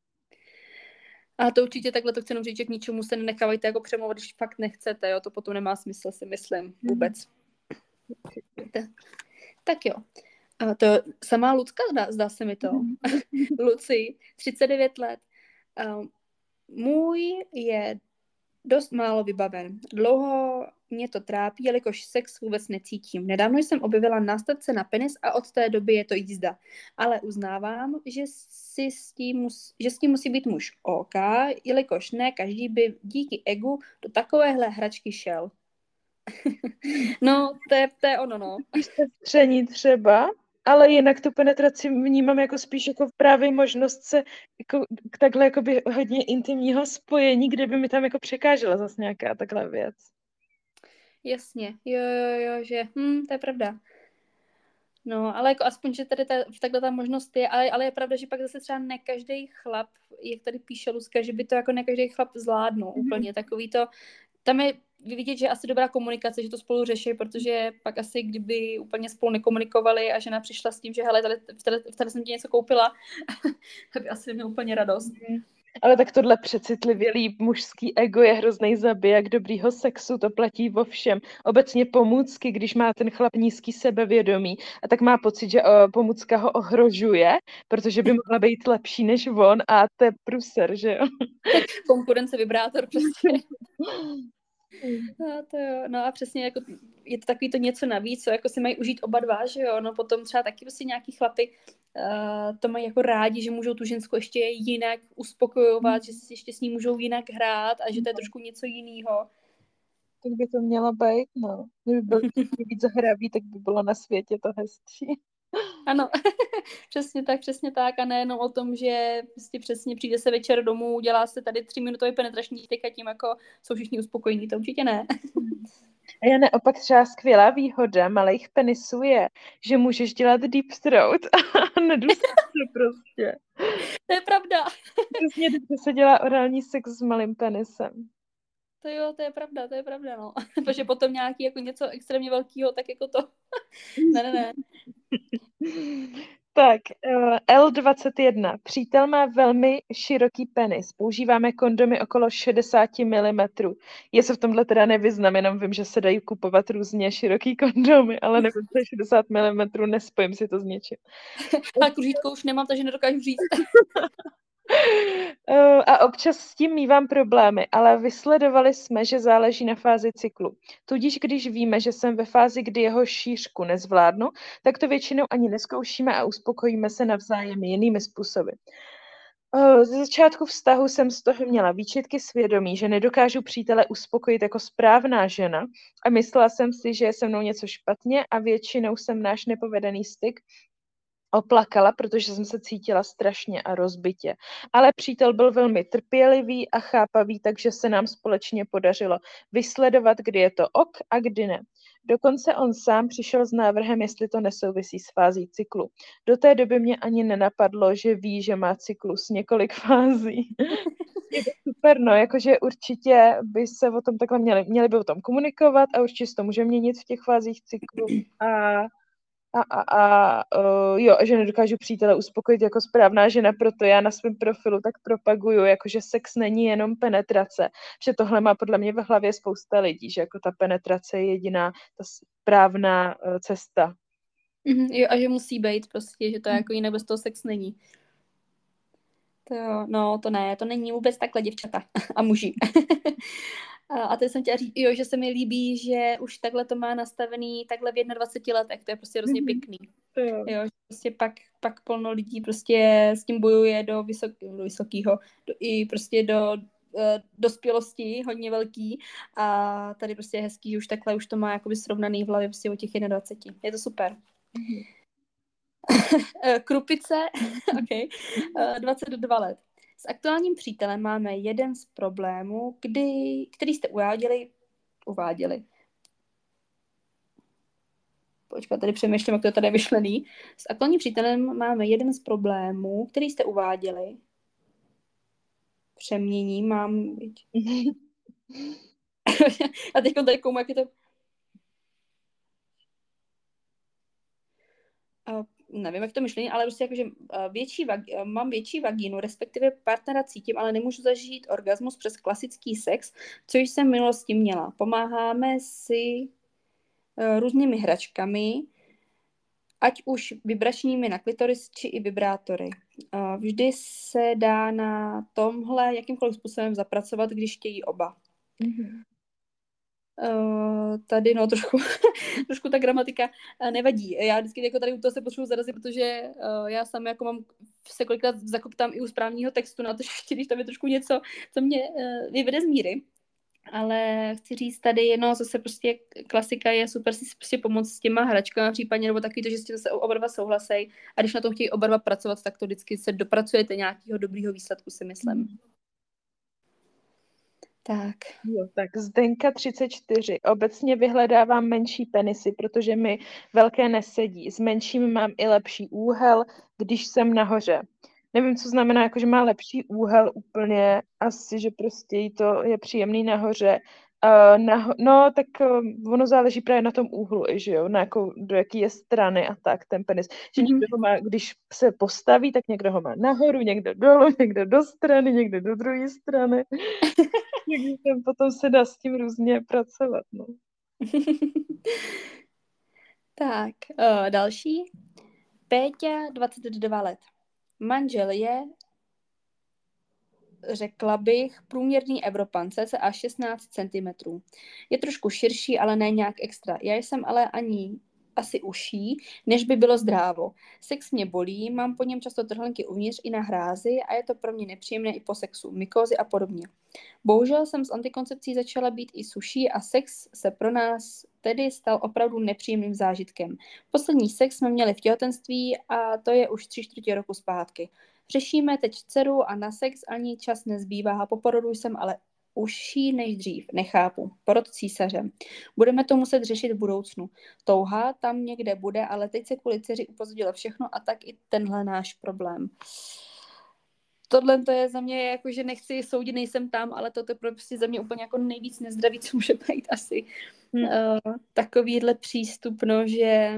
A to určitě takhle to chci jenom říct, že k ničemu se nenechávajte jako přemlouvat, když fakt nechcete, jo, to potom nemá smysl, si myslím, vůbec. Mm. Tak jo. A to samá Lucka, zdá, zdá se mi to. Luci, třicet devět let. Um, můj je dost málo vybaven. Dlouho mě to trápí, jelikož sex vůbec necítím. Nedávno jsem objevila nástavce na penis a od té doby je to jízda. Ale uznávám, že, si s, tím mus, že s tím musí být muž OK, jelikož ne každý by díky egu do takovéhle hračky šel. No, to je, to je ono, no. Stření třeba, ale jinak tu penetraci vnímám jako spíš jako právě možnost se jako, takhle jakoby hodně intimního spojení, kde by mi tam jako překážela zase nějaká takhle věc. Jasně, jo, jo, jo, že hm, to je pravda. No, ale jako aspoň, že tady ta, takhle ta možnost je, ale, ale je pravda, že pak zase třeba ne každý chlap, jak tady píše Luzka, že by to jako ne každý chlap zvládnul mm-hmm. úplně takový to, tam je vidět, že je asi dobrá komunikace, že to spolu řeší, protože pak asi kdyby úplně spolu nekomunikovali a žena přišla s tím, že hele, tady, tady, tady jsem ti něco koupila, tak by asi neměl úplně radost. Mm-hmm. Ale tak tohle přecitlivělý mužský ego je hrozný zabijak dobrýho sexu, to platí vo všem. Obecně pomůcky, když má ten chlap nízký sebevědomí, a tak má pocit, že o, pomůcka ho ohrožuje, protože by mohla být lepší než on a to je pruser, že jo? Tak konkurence vibrátor prostě. No, to jo. No a přesně jako je to takový to něco navíc, co jako si mají užít oba dva, že jo, no potom třeba taky prostě nějaký chlapy uh, to mají jako rádi, že můžou tu ženskou ještě jinak uspokojovat, mm. že si ještě s ní můžou jinak hrát a že to je trošku něco jiného. Tak by to mělo být, no. Kdyby byl víc zahravý, tak by bylo na světě to hezčí. Ano, přesně tak, přesně tak a nejenom o tom, že prostě přesně přijde se večer domů, dělá se tady třiminutový penetrační styk a tím jako jsou všichni uspokojení, to určitě ne. A já naopak třeba skvělá výhoda malých penisů je, že můžeš dělat deep throat a nedůstat se prostě. To je pravda. Přesně, když se dělá orální sex s malým penisem. To jo, to je pravda, to je pravda, no. Protože potom nějaký jako něco extrémně velkého, tak jako to... ne, ne, ne. Tak, L dvacet jedna. Přítel má velmi široký penis. Používáme kondomy okolo šedesát milimetrů. Já se v tomhle teda nevyznám, jenom vím, že se dají kupovat různě široký kondomy, ale nevím, co je šedesát milimetrů, nespojím si to s něčím. A kružítko už nemám, takže nedokážu říct. A občas s tím mívám problémy, ale vysledovali jsme, že záleží na fázi cyklu. Tudíž, když víme, že jsem ve fázi, kdy jeho šířku nezvládnu, tak to většinou ani neskoušíme a uspokojíme se navzájem jinými způsoby. Ze začátku vztahu jsem z toho měla výčitky svědomí, že nedokážu přítele uspokojit jako správná žena a myslela jsem si, že je se mnou něco špatně a většinou jsem náš nepovedený styk oplakala, protože jsem se cítila strašně a rozbitě. Ale přítel byl velmi trpělivý a chápavý, takže se nám společně podařilo vysledovat, kdy je to ok a kdy ne. Dokonce on sám přišel s návrhem, jestli to nesouvisí s fází cyklu. Do té doby mě ani nenapadlo, že ví, že má cyklus několik fází. Je to super, no, jakože určitě by se o tom takhle měli, měli by o tom komunikovat a určitě se to může měnit v těch fázích cyklu a A, a, a uh, jo, že nedokážu přítele uspokojit jako správná žena, proto já na svém profilu tak propaguju, jakože sex není jenom penetrace, že tohle má podle mě v hlavě spousta lidí, že jako ta penetrace je jediná ta správná uh, cesta. Mm, jo, a že musí být prostě, že to jako jinak bez toho sex není. To jo, no to ne, to není vůbec takhle, děvčata a muži. A teď jsem chtěla říct, jo, že se mi líbí, že už takhle to má nastavený takhle v dvaceti jedna letech, to je prostě hrozně pěkný. Jo. Jo, že prostě pak, pak plno lidí prostě s tím bojuje do, vysok, do vysokého, do, i prostě do uh, dospělosti, hodně velký a tady prostě je hezký, že už takhle už to má jakoby srovnaný v hlavě prostě o těch dvaceti jedna. Je to super. Mm-hmm. Krupice, okay. uh, dvacet dva let. S aktuálním přítelem máme jeden z problémů, kdy, který jste uváděli, uváděli. Počkat, tady přemýšlím, jak to tady je vyšlený. S aktuálním přítelem máme jeden z problémů, který jste uváděli. Přemění mám... A teď tady koumu, jak je to... nevím, jak to myšlení, ale prostě jako, že eh, větší vag, eh, mám větší vagínu, respektive partnera cítím, ale nemůžu zažít orgasmus přes klasický sex, což jsem v minulosti měla. Pomáháme si eh, různými hračkami, ať už vibračními na klitoris, či i vibrátory. Eh, Vždy se dá na tomhle jakýmkoliv způsobem zapracovat, když chtějí oba. Mhm. Uh, tady no trošku, trošku ta gramatika uh, nevadí. Já vždycky jako tady u toho se potřebuji zarazit, protože uh, já sama jako mám se kolikrát zakoptám i u správního textu na to, že když tam je trošku něco, co mě uh, vyvede z míry. Ale chci říct tady, no zase prostě klasika je super si prostě pomoct s těma hračkama případně, nebo taky to, že s tím zase oba dva souhlasej a když na tom chtějí oba dva pracovat, tak to vždycky se dopracujete nějakého dobrýho výsledku, si myslím. Mhm. Tak. Jo, tak Zdenka třicet čtyři. Obecně vyhledávám menší penisy, protože mi velké nesedí. S menším mám i lepší úhel, když jsem nahoře. Nevím, co znamená, jako, že má lepší úhel úplně. Asi, že prostě jí to je příjemný nahoře. Uh, naho- no, tak uh, ono záleží právě na tom úhlu, i, že jo, na jakou, do jaký je strany a tak ten penis. Že Mhm. někdo ho má, když se postaví, tak někdo ho má nahoru, někdo dolů, někdo do strany, někdo do druhé strany. Takže tam potom se dá s tím různě pracovat, no. Tak, uh, další. Péťa, dvacet dva let. Manžel je, řekla bych, průměrný Evropan, cca šestnáct centimetrů. Je trošku širší, ale ne nějak extra. Já jsem ale ani asi uší, než by bylo zdrávo. Sex mě bolí, mám po něm často trhlenky uvnitř i na hrázi a je to pro mě nepříjemné i po sexu, mykózy a podobně. Bohužel jsem s antikoncepcí začala být i suší a sex se pro nás tedy stal opravdu nepříjemným zážitkem. Poslední sex jsme měli v těhotenství a to je už tři čtvrtě roku zpátky. Řešíme teď dceru a na sex ani čas nezbývá. Po porodu jsem ale užší než dřív. Nechápu. Porod císařem. Budeme to muset řešit v budoucnu. Touha tam někde bude, ale teď se kvůli dceři upozadilo všechno a tak i tenhle náš problém. Tohle to je za mě, jako, že nechci soudit, nejsem tam, ale toto je prostě za mě úplně jako nejvíc nezdravý, co může být asi. Hmm. Uh, takovýhle přístup, no, že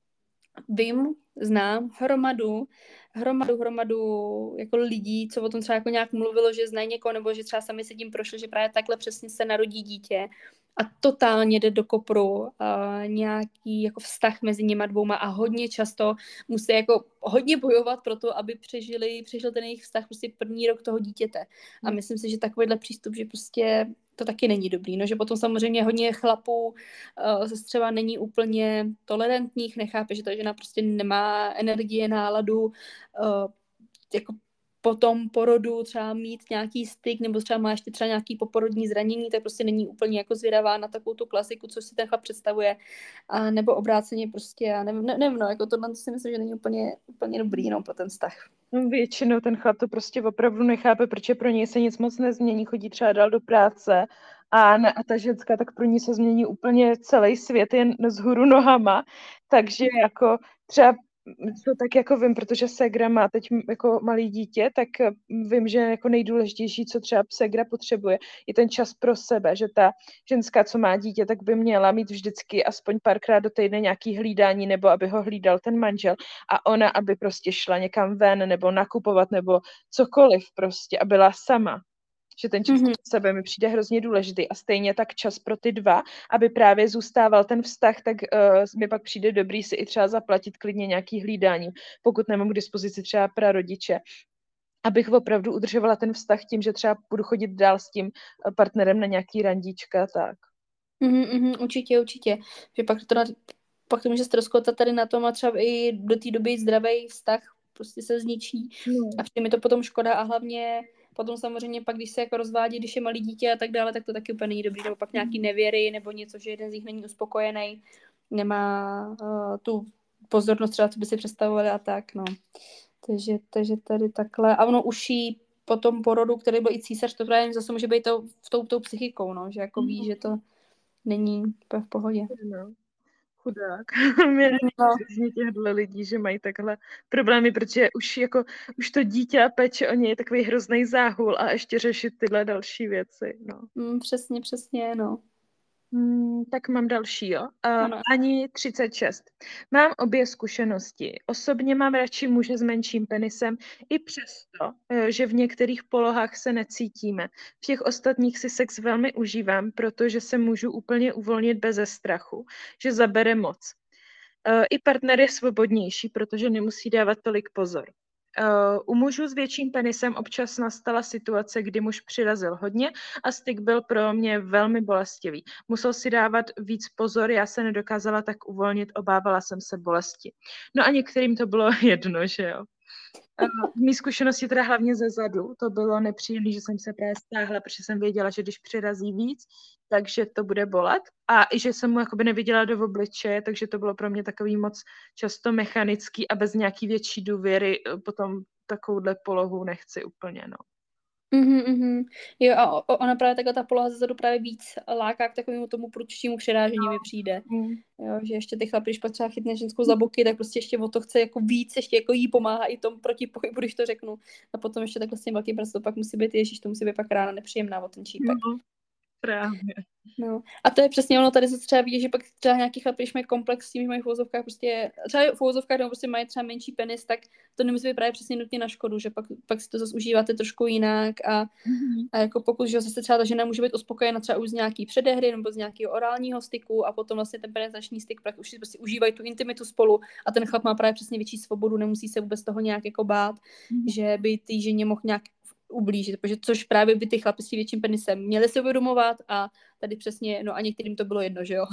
vím, znám hromadu, hromadu, hromadu jako lidí, co o tom třeba jako nějak mluvilo, že znají někoho, nebo že třeba sami se tím prošli, že právě takhle přesně se narodí dítě a totálně jde do kopru a nějaký jako vztah mezi něma dvouma a hodně často musí jako hodně bojovat pro to, aby přežili, přežil ten jejich vztah prostě první rok toho dítěte. A myslím si, že takovýhle přístup, že prostě to taky není dobrý, no, že potom samozřejmě hodně chlapů uh, se třeba není úplně tolerantních, nechápe, že ta žena prostě nemá energie, náladu, uh, jako po tom porodu třeba mít nějaký styk, nebo třeba má ještě třeba nějaký poporodní zranění, tak prostě není úplně jako zvědavá na takovou tu klasiku, co si ten chlap představuje, a nebo obráceně prostě, já nevím, ne, nevím, no, jako tohle si myslím, že není úplně, úplně dobrý, no, pro ten vztah. No, většinou ten chlap to prostě opravdu nechápe, protože pro něj se nic moc nezmění, chodí třeba dál do práce a, ne, a ta ženská, tak pro ní se změní úplně celý svět jen vzhůru nohama, takže jako třeba to tak jako vím, protože ségra má teď jako malý dítě, tak vím, že jako nejdůležitější, co třeba ségra potřebuje, je ten čas pro sebe, že ta ženská, co má dítě, tak by měla mít vždycky aspoň párkrát do týdne nějaký hlídání, nebo aby ho hlídal ten manžel a ona, aby prostě šla někam ven, nebo nakupovat, nebo cokoliv prostě a byla sama. Že ten čas mm-hmm. pro sebe mi přijde hrozně důležitý a stejně tak čas pro ty dva, aby právě zůstával ten vztah, tak uh, mi pak přijde dobrý si i třeba zaplatit klidně nějaký hlídání, pokud nemám k dispozici třeba prarodiče, abych opravdu udržovala ten vztah tím, že třeba budu chodit dál s tím partnerem na nějaký randíčka, tak. Mm-hmm, určitě, určitě. Že pak to, na, pak to může ztroskotat tady na tom a třeba i do té doby zdravý vztah prostě se zničí no. A přijde mi to potom škoda a hlavně potom samozřejmě pak, když se jako rozvádí, když je malý dítě a tak dále, tak to taky úplně není dobrý, nebo pak nějaký nevěry, nebo něco, že jeden z nich není uspokojený, nemá uh, tu pozornost třeba, co by si představovali a tak, no. Takže, takže tady takhle. A ono uší po tom porodu, který byl i císař, to právě zase může být to, v tou, tou psychikou, no, že jako mm. ví, že to není v pohodě. No. Chudák. Mě no. z těchto lidí, že mají takhle problémy, protože už jako už to dítě a péče o něj je takový hrozný záhul a ještě řešit tyhle další věci. No. Mm, přesně, přesně, no. Hmm, tak mám další, jo. Uh, Ano. ani třicet šest. Mám obě zkušenosti. Osobně mám radši muže s menším penisem, i přesto, eh, že v některých polohách se necítíme. V těch ostatních si sex velmi užívám, protože se můžu úplně uvolnit beze strachu, že zabere moc. Uh, I partner je svobodnější, protože nemusí dávat tolik pozor. Uh, u mužů s větším penisem občas nastala situace, kdy muž přirazil hodně a styk byl pro mě velmi bolestivý. Musel si dávat víc pozor, já se nedokázala tak uvolnit, obávala jsem se bolesti. No a některým to bylo jedno, že jo. Uh, mý zkušenosti teda hlavně ze zadu, to bylo nepříjemné, že jsem se právě stáhla, protože jsem věděla, že když přirazí víc, takže to bude bolet. A i že jsem mu jakoby neviděla do obličeje, takže to bylo pro mě takový moc často mechanický a bez nějaký větší důvěry eh, potom takovouhle polohu nechci úplně, no. Mhm, mhm. Jo, a o- ona právě takhle ta poloha zezadu právě víc láká k takovému tomu prudčímu přirážení mi přijde. Mm. Jo, že ještě ty chlapi, když pak třeba chytne ženskou za boky, tak prostě ještě o to chce jako víc, ještě jako jí pomáhá i tom proti pohybu, když to řeknu. A potom ještě takhle s tím velkým prstou pak musí být, ježíš, to musí být pak rána nepříjemná o ten čípek. No, právě. No. A to je přesně ono, tady se třeba vidí, že pak třeba nějaký chlapi, když mají komplex s tím, že mají v uvozovkách prostě, třeba v uvozovkách, nebo prostě mají třeba menší penis, tak to nemusí být právě přesně nutně na škodu, že pak, pak si to zase užíváte trošku jinak a, Mhm. a jako pokud, že zase třeba ta žena může být uspokojena třeba už z nějaký předehry nebo z nějakého orálního styku a potom vlastně ten penetrační styk, pak už si prostě užívají tu intimitu spolu a ten chlap má právě přesně větší svobodu, nemusí se vůbec toho nějak jako bát, Mhm. že by ty ženě mohl nějak ublížit, protože což právě by ty chlapi s tím větším penisem měli si uvědomovat a tady přesně, no a některým to bylo jedno, že jo.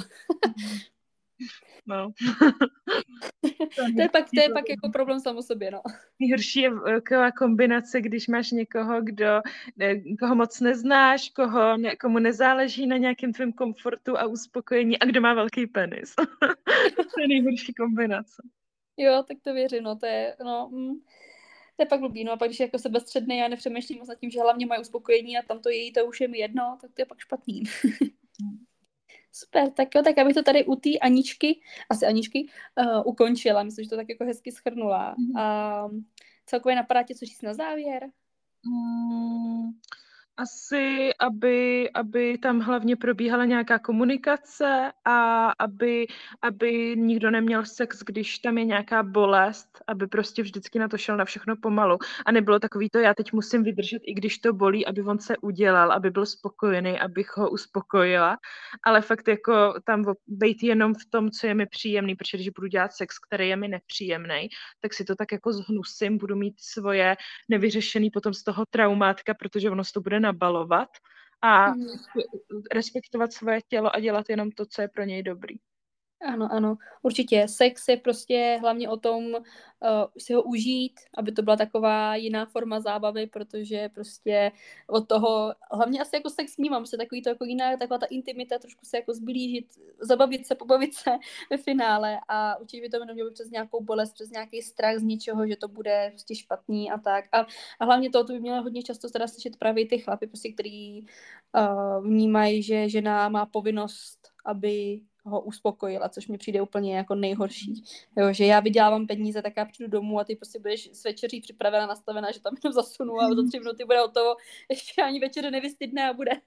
No. To je pak, to je pak jako problém samo sobě, no. Nejhorší je taková kombinace, když máš někoho, kdo, ne- koho moc neznáš, koho, ne, komu nezáleží na nějakém tvém komfortu a uspokojení a kdo má velký penis. To je nejhorší kombinace. Jo, tak to věřím, no, to je, no, mm, to je pak blbý, no a pak když je jako sebestředný a nepřemýšlím moc nad tím, že hlavně mají uspokojení a tam to její, to už je mi jedno, tak to je pak špatný. Super, tak jo, tak abych to tady u té Aničky, asi Aničky, uh, ukončila. Myslím, že to tak jako hezky shrnula. A celkově napadá tě co říct na závěr? Mm, asi, aby, aby tam hlavně probíhala nějaká komunikace a aby, aby nikdo neměl sex, když tam je nějaká bolest, aby prostě vždycky na to šel na všechno pomalu. A nebylo takový to, já teď musím vydržet, i když to bolí, aby on se udělal, aby byl spokojený, abych ho uspokojila. Ale fakt jako tam být jenom v tom, co je mi příjemný, protože když budu dělat sex, který je mi nepříjemný, tak si to tak jako zhnusím, budu mít svoje nevyřešený potom z toho traumátka, protože ono se to bude nabalovat a Mhm. respektovat svoje tělo a dělat jenom to, co je pro něj dobrý. Ano, ano, určitě. Sex je prostě hlavně o tom uh, si ho užít, aby to byla taková jiná forma zábavy, protože prostě od toho, hlavně asi jako sex vnímám se takový to jako jiná, taková ta intimita, trošku se jako zblížit, zabavit se, pobavit se ve finále a určitě by to mělo být přes nějakou bolest, přes nějaký strach z něčeho, že to bude prostě špatný a tak. A, a hlavně to, to by mělo hodně často teda slyšet právě ty chlapy, prostě, který uh, vnímají, že žena má povinnost, aby ho uspokojila, což mi přijde úplně jako nejhorší. Jo, že já vydělávám peníze, tak já přijdu domů a ty prostě budeš s večeří připravená, nastavená, že tam jenom zasunu a za tři minuty bude hotovo, ještě ani večer nevystydne a bude.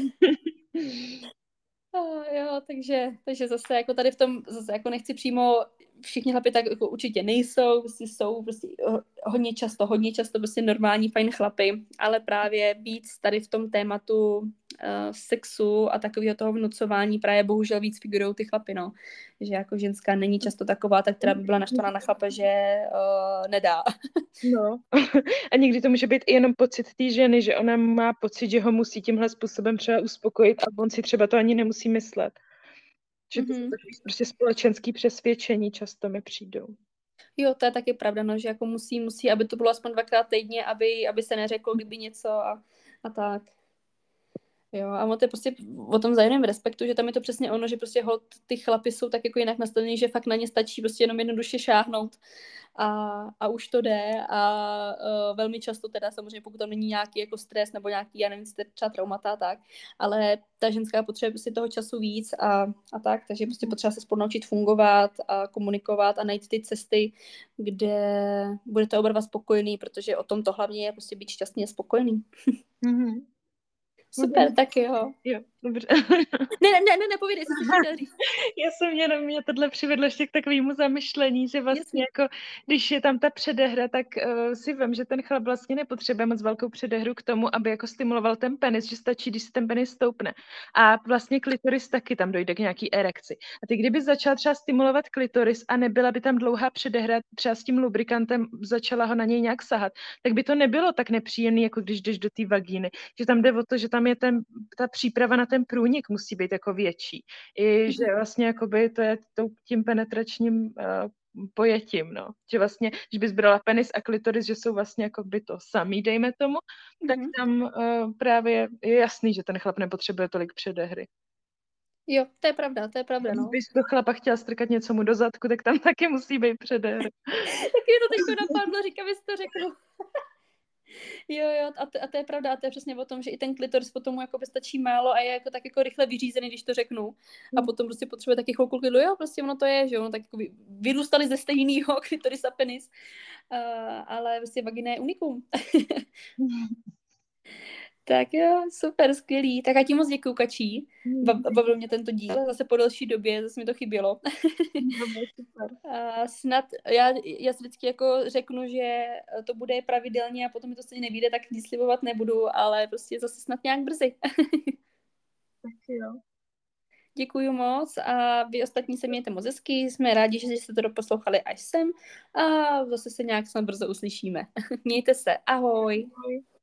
Oh, jo, takže, takže zase jako tady v tom, zase jako nechci přímo, všichni chlapi tak jako určitě nejsou, prostě jsou prostě hodně často, hodně často prostě normální, fajn chlapy, ale právě víc tady v tom tématu uh, sexu a takového toho vnucování právě bohužel víc figurujou ty chlapy, no. Že jako ženská není často taková, tak která by byla naštvaná na chlapa, že uh, nedá. No. A někdy to může být i jenom pocit té ženy, že ona má pocit, že ho musí tímhle způsobem třeba uspokojit a on si třeba to ani nemusí myslet. Že to jsou Mm-hmm. takový prostě společenský přesvědčení často mi přijdou. Jo, to je taky pravda, no, že jako musí, musí, aby to bylo aspoň dvakrát týdně, aby, aby se neřeklo, kdyby něco a, a tak. Jo, a on to je prostě o tom vzájemném respektu, že tam je to přesně ono, že prostě hod, ty chlapy jsou tak jako jinak nastavení, že fakt na ně stačí prostě jenom jednoduše šáhnout a, a už to jde a uh, velmi často teda samozřejmě, pokud tam není nějaký jako stres nebo nějaký, já nevím, třeba traumata a tak, ale ta ženská potřebuje prostě toho času víc a, a tak, takže prostě potřeba se spolu naučit fungovat a komunikovat a najít ty cesty, kde budete oba dva spokojení, protože o tom to hlavně je prostě být šťastný a spokojený. Mm-hmm. Super, tak jo. Jo, Dobře. Ne, ne, ne, nepovídej, co jsi chtěla říct. Já jsem měla, mě tohle přivedlo ještě k takovému zamyšlení, že vlastně Jasně. jako, když je tam ta předehra, tak uh, si vem, že ten chlap vlastně nepotřebuje moc velkou předehru k tomu, aby jako stimuloval ten penis, že stačí, když se ten penis stoupne. A vlastně klitoris taky tam dojde k nějaký erekci. A ty kdyby začal třeba stimulovat klitoris a nebyla by tam dlouhá předehra, třeba s tím lubrikantem začala ho na něj nějak sahat, tak by to nebylo tak nepříjemné, jako když jdeš do té vagíny. Že tam jde o to, že tam je ten, ta příprava na ten průnik musí být jako větší. I že vlastně jakoby to je tím penetračním uh, pojetím, no. Že vlastně, když bys brala penis a klitoris, že jsou vlastně jakoby to samý, dejme tomu, tak Mm-hmm. tam uh, právě je jasný, že ten chlap nepotřebuje tolik předehry. Jo, to je pravda, to je pravda, no. Když do chlapa chtěla strkat něco mu do zadku, tak tam taky musí být předehry. Tak je to teďko napadlo, říkám, jestli to řeknu. Jo, jo, a to, a to je pravda, a to je přesně o tom, že i ten klitoris potom mu jakoby stačí málo a je jako tak jako rychle vyřízený, když to řeknu. A potom prostě potřebuje taky chvilku klidu, jo, prostě ono to je, že ono tak jako vyrůstali ze stejného klitoris a penis, uh, ale prostě vagina je unikum. Tak jo, super, skvělý. Tak a ti moc děkuju, Kačí. Bavil mě tento díl, zase po delší době, zase mi to chybělo. A snad, já, já si vždycky jako řeknu, že to bude pravidelně a potom mi to stejně nevyjde, tak nic slibovat nebudu, ale prostě zase snad nějak brzy. Tak jo. Děkuju moc a vy ostatní se mějte moc hezky, jsme rádi, že jste to doposlouchali až sem a zase se nějak snad brzo uslyšíme. Mějte se, ahoj. Ahoj.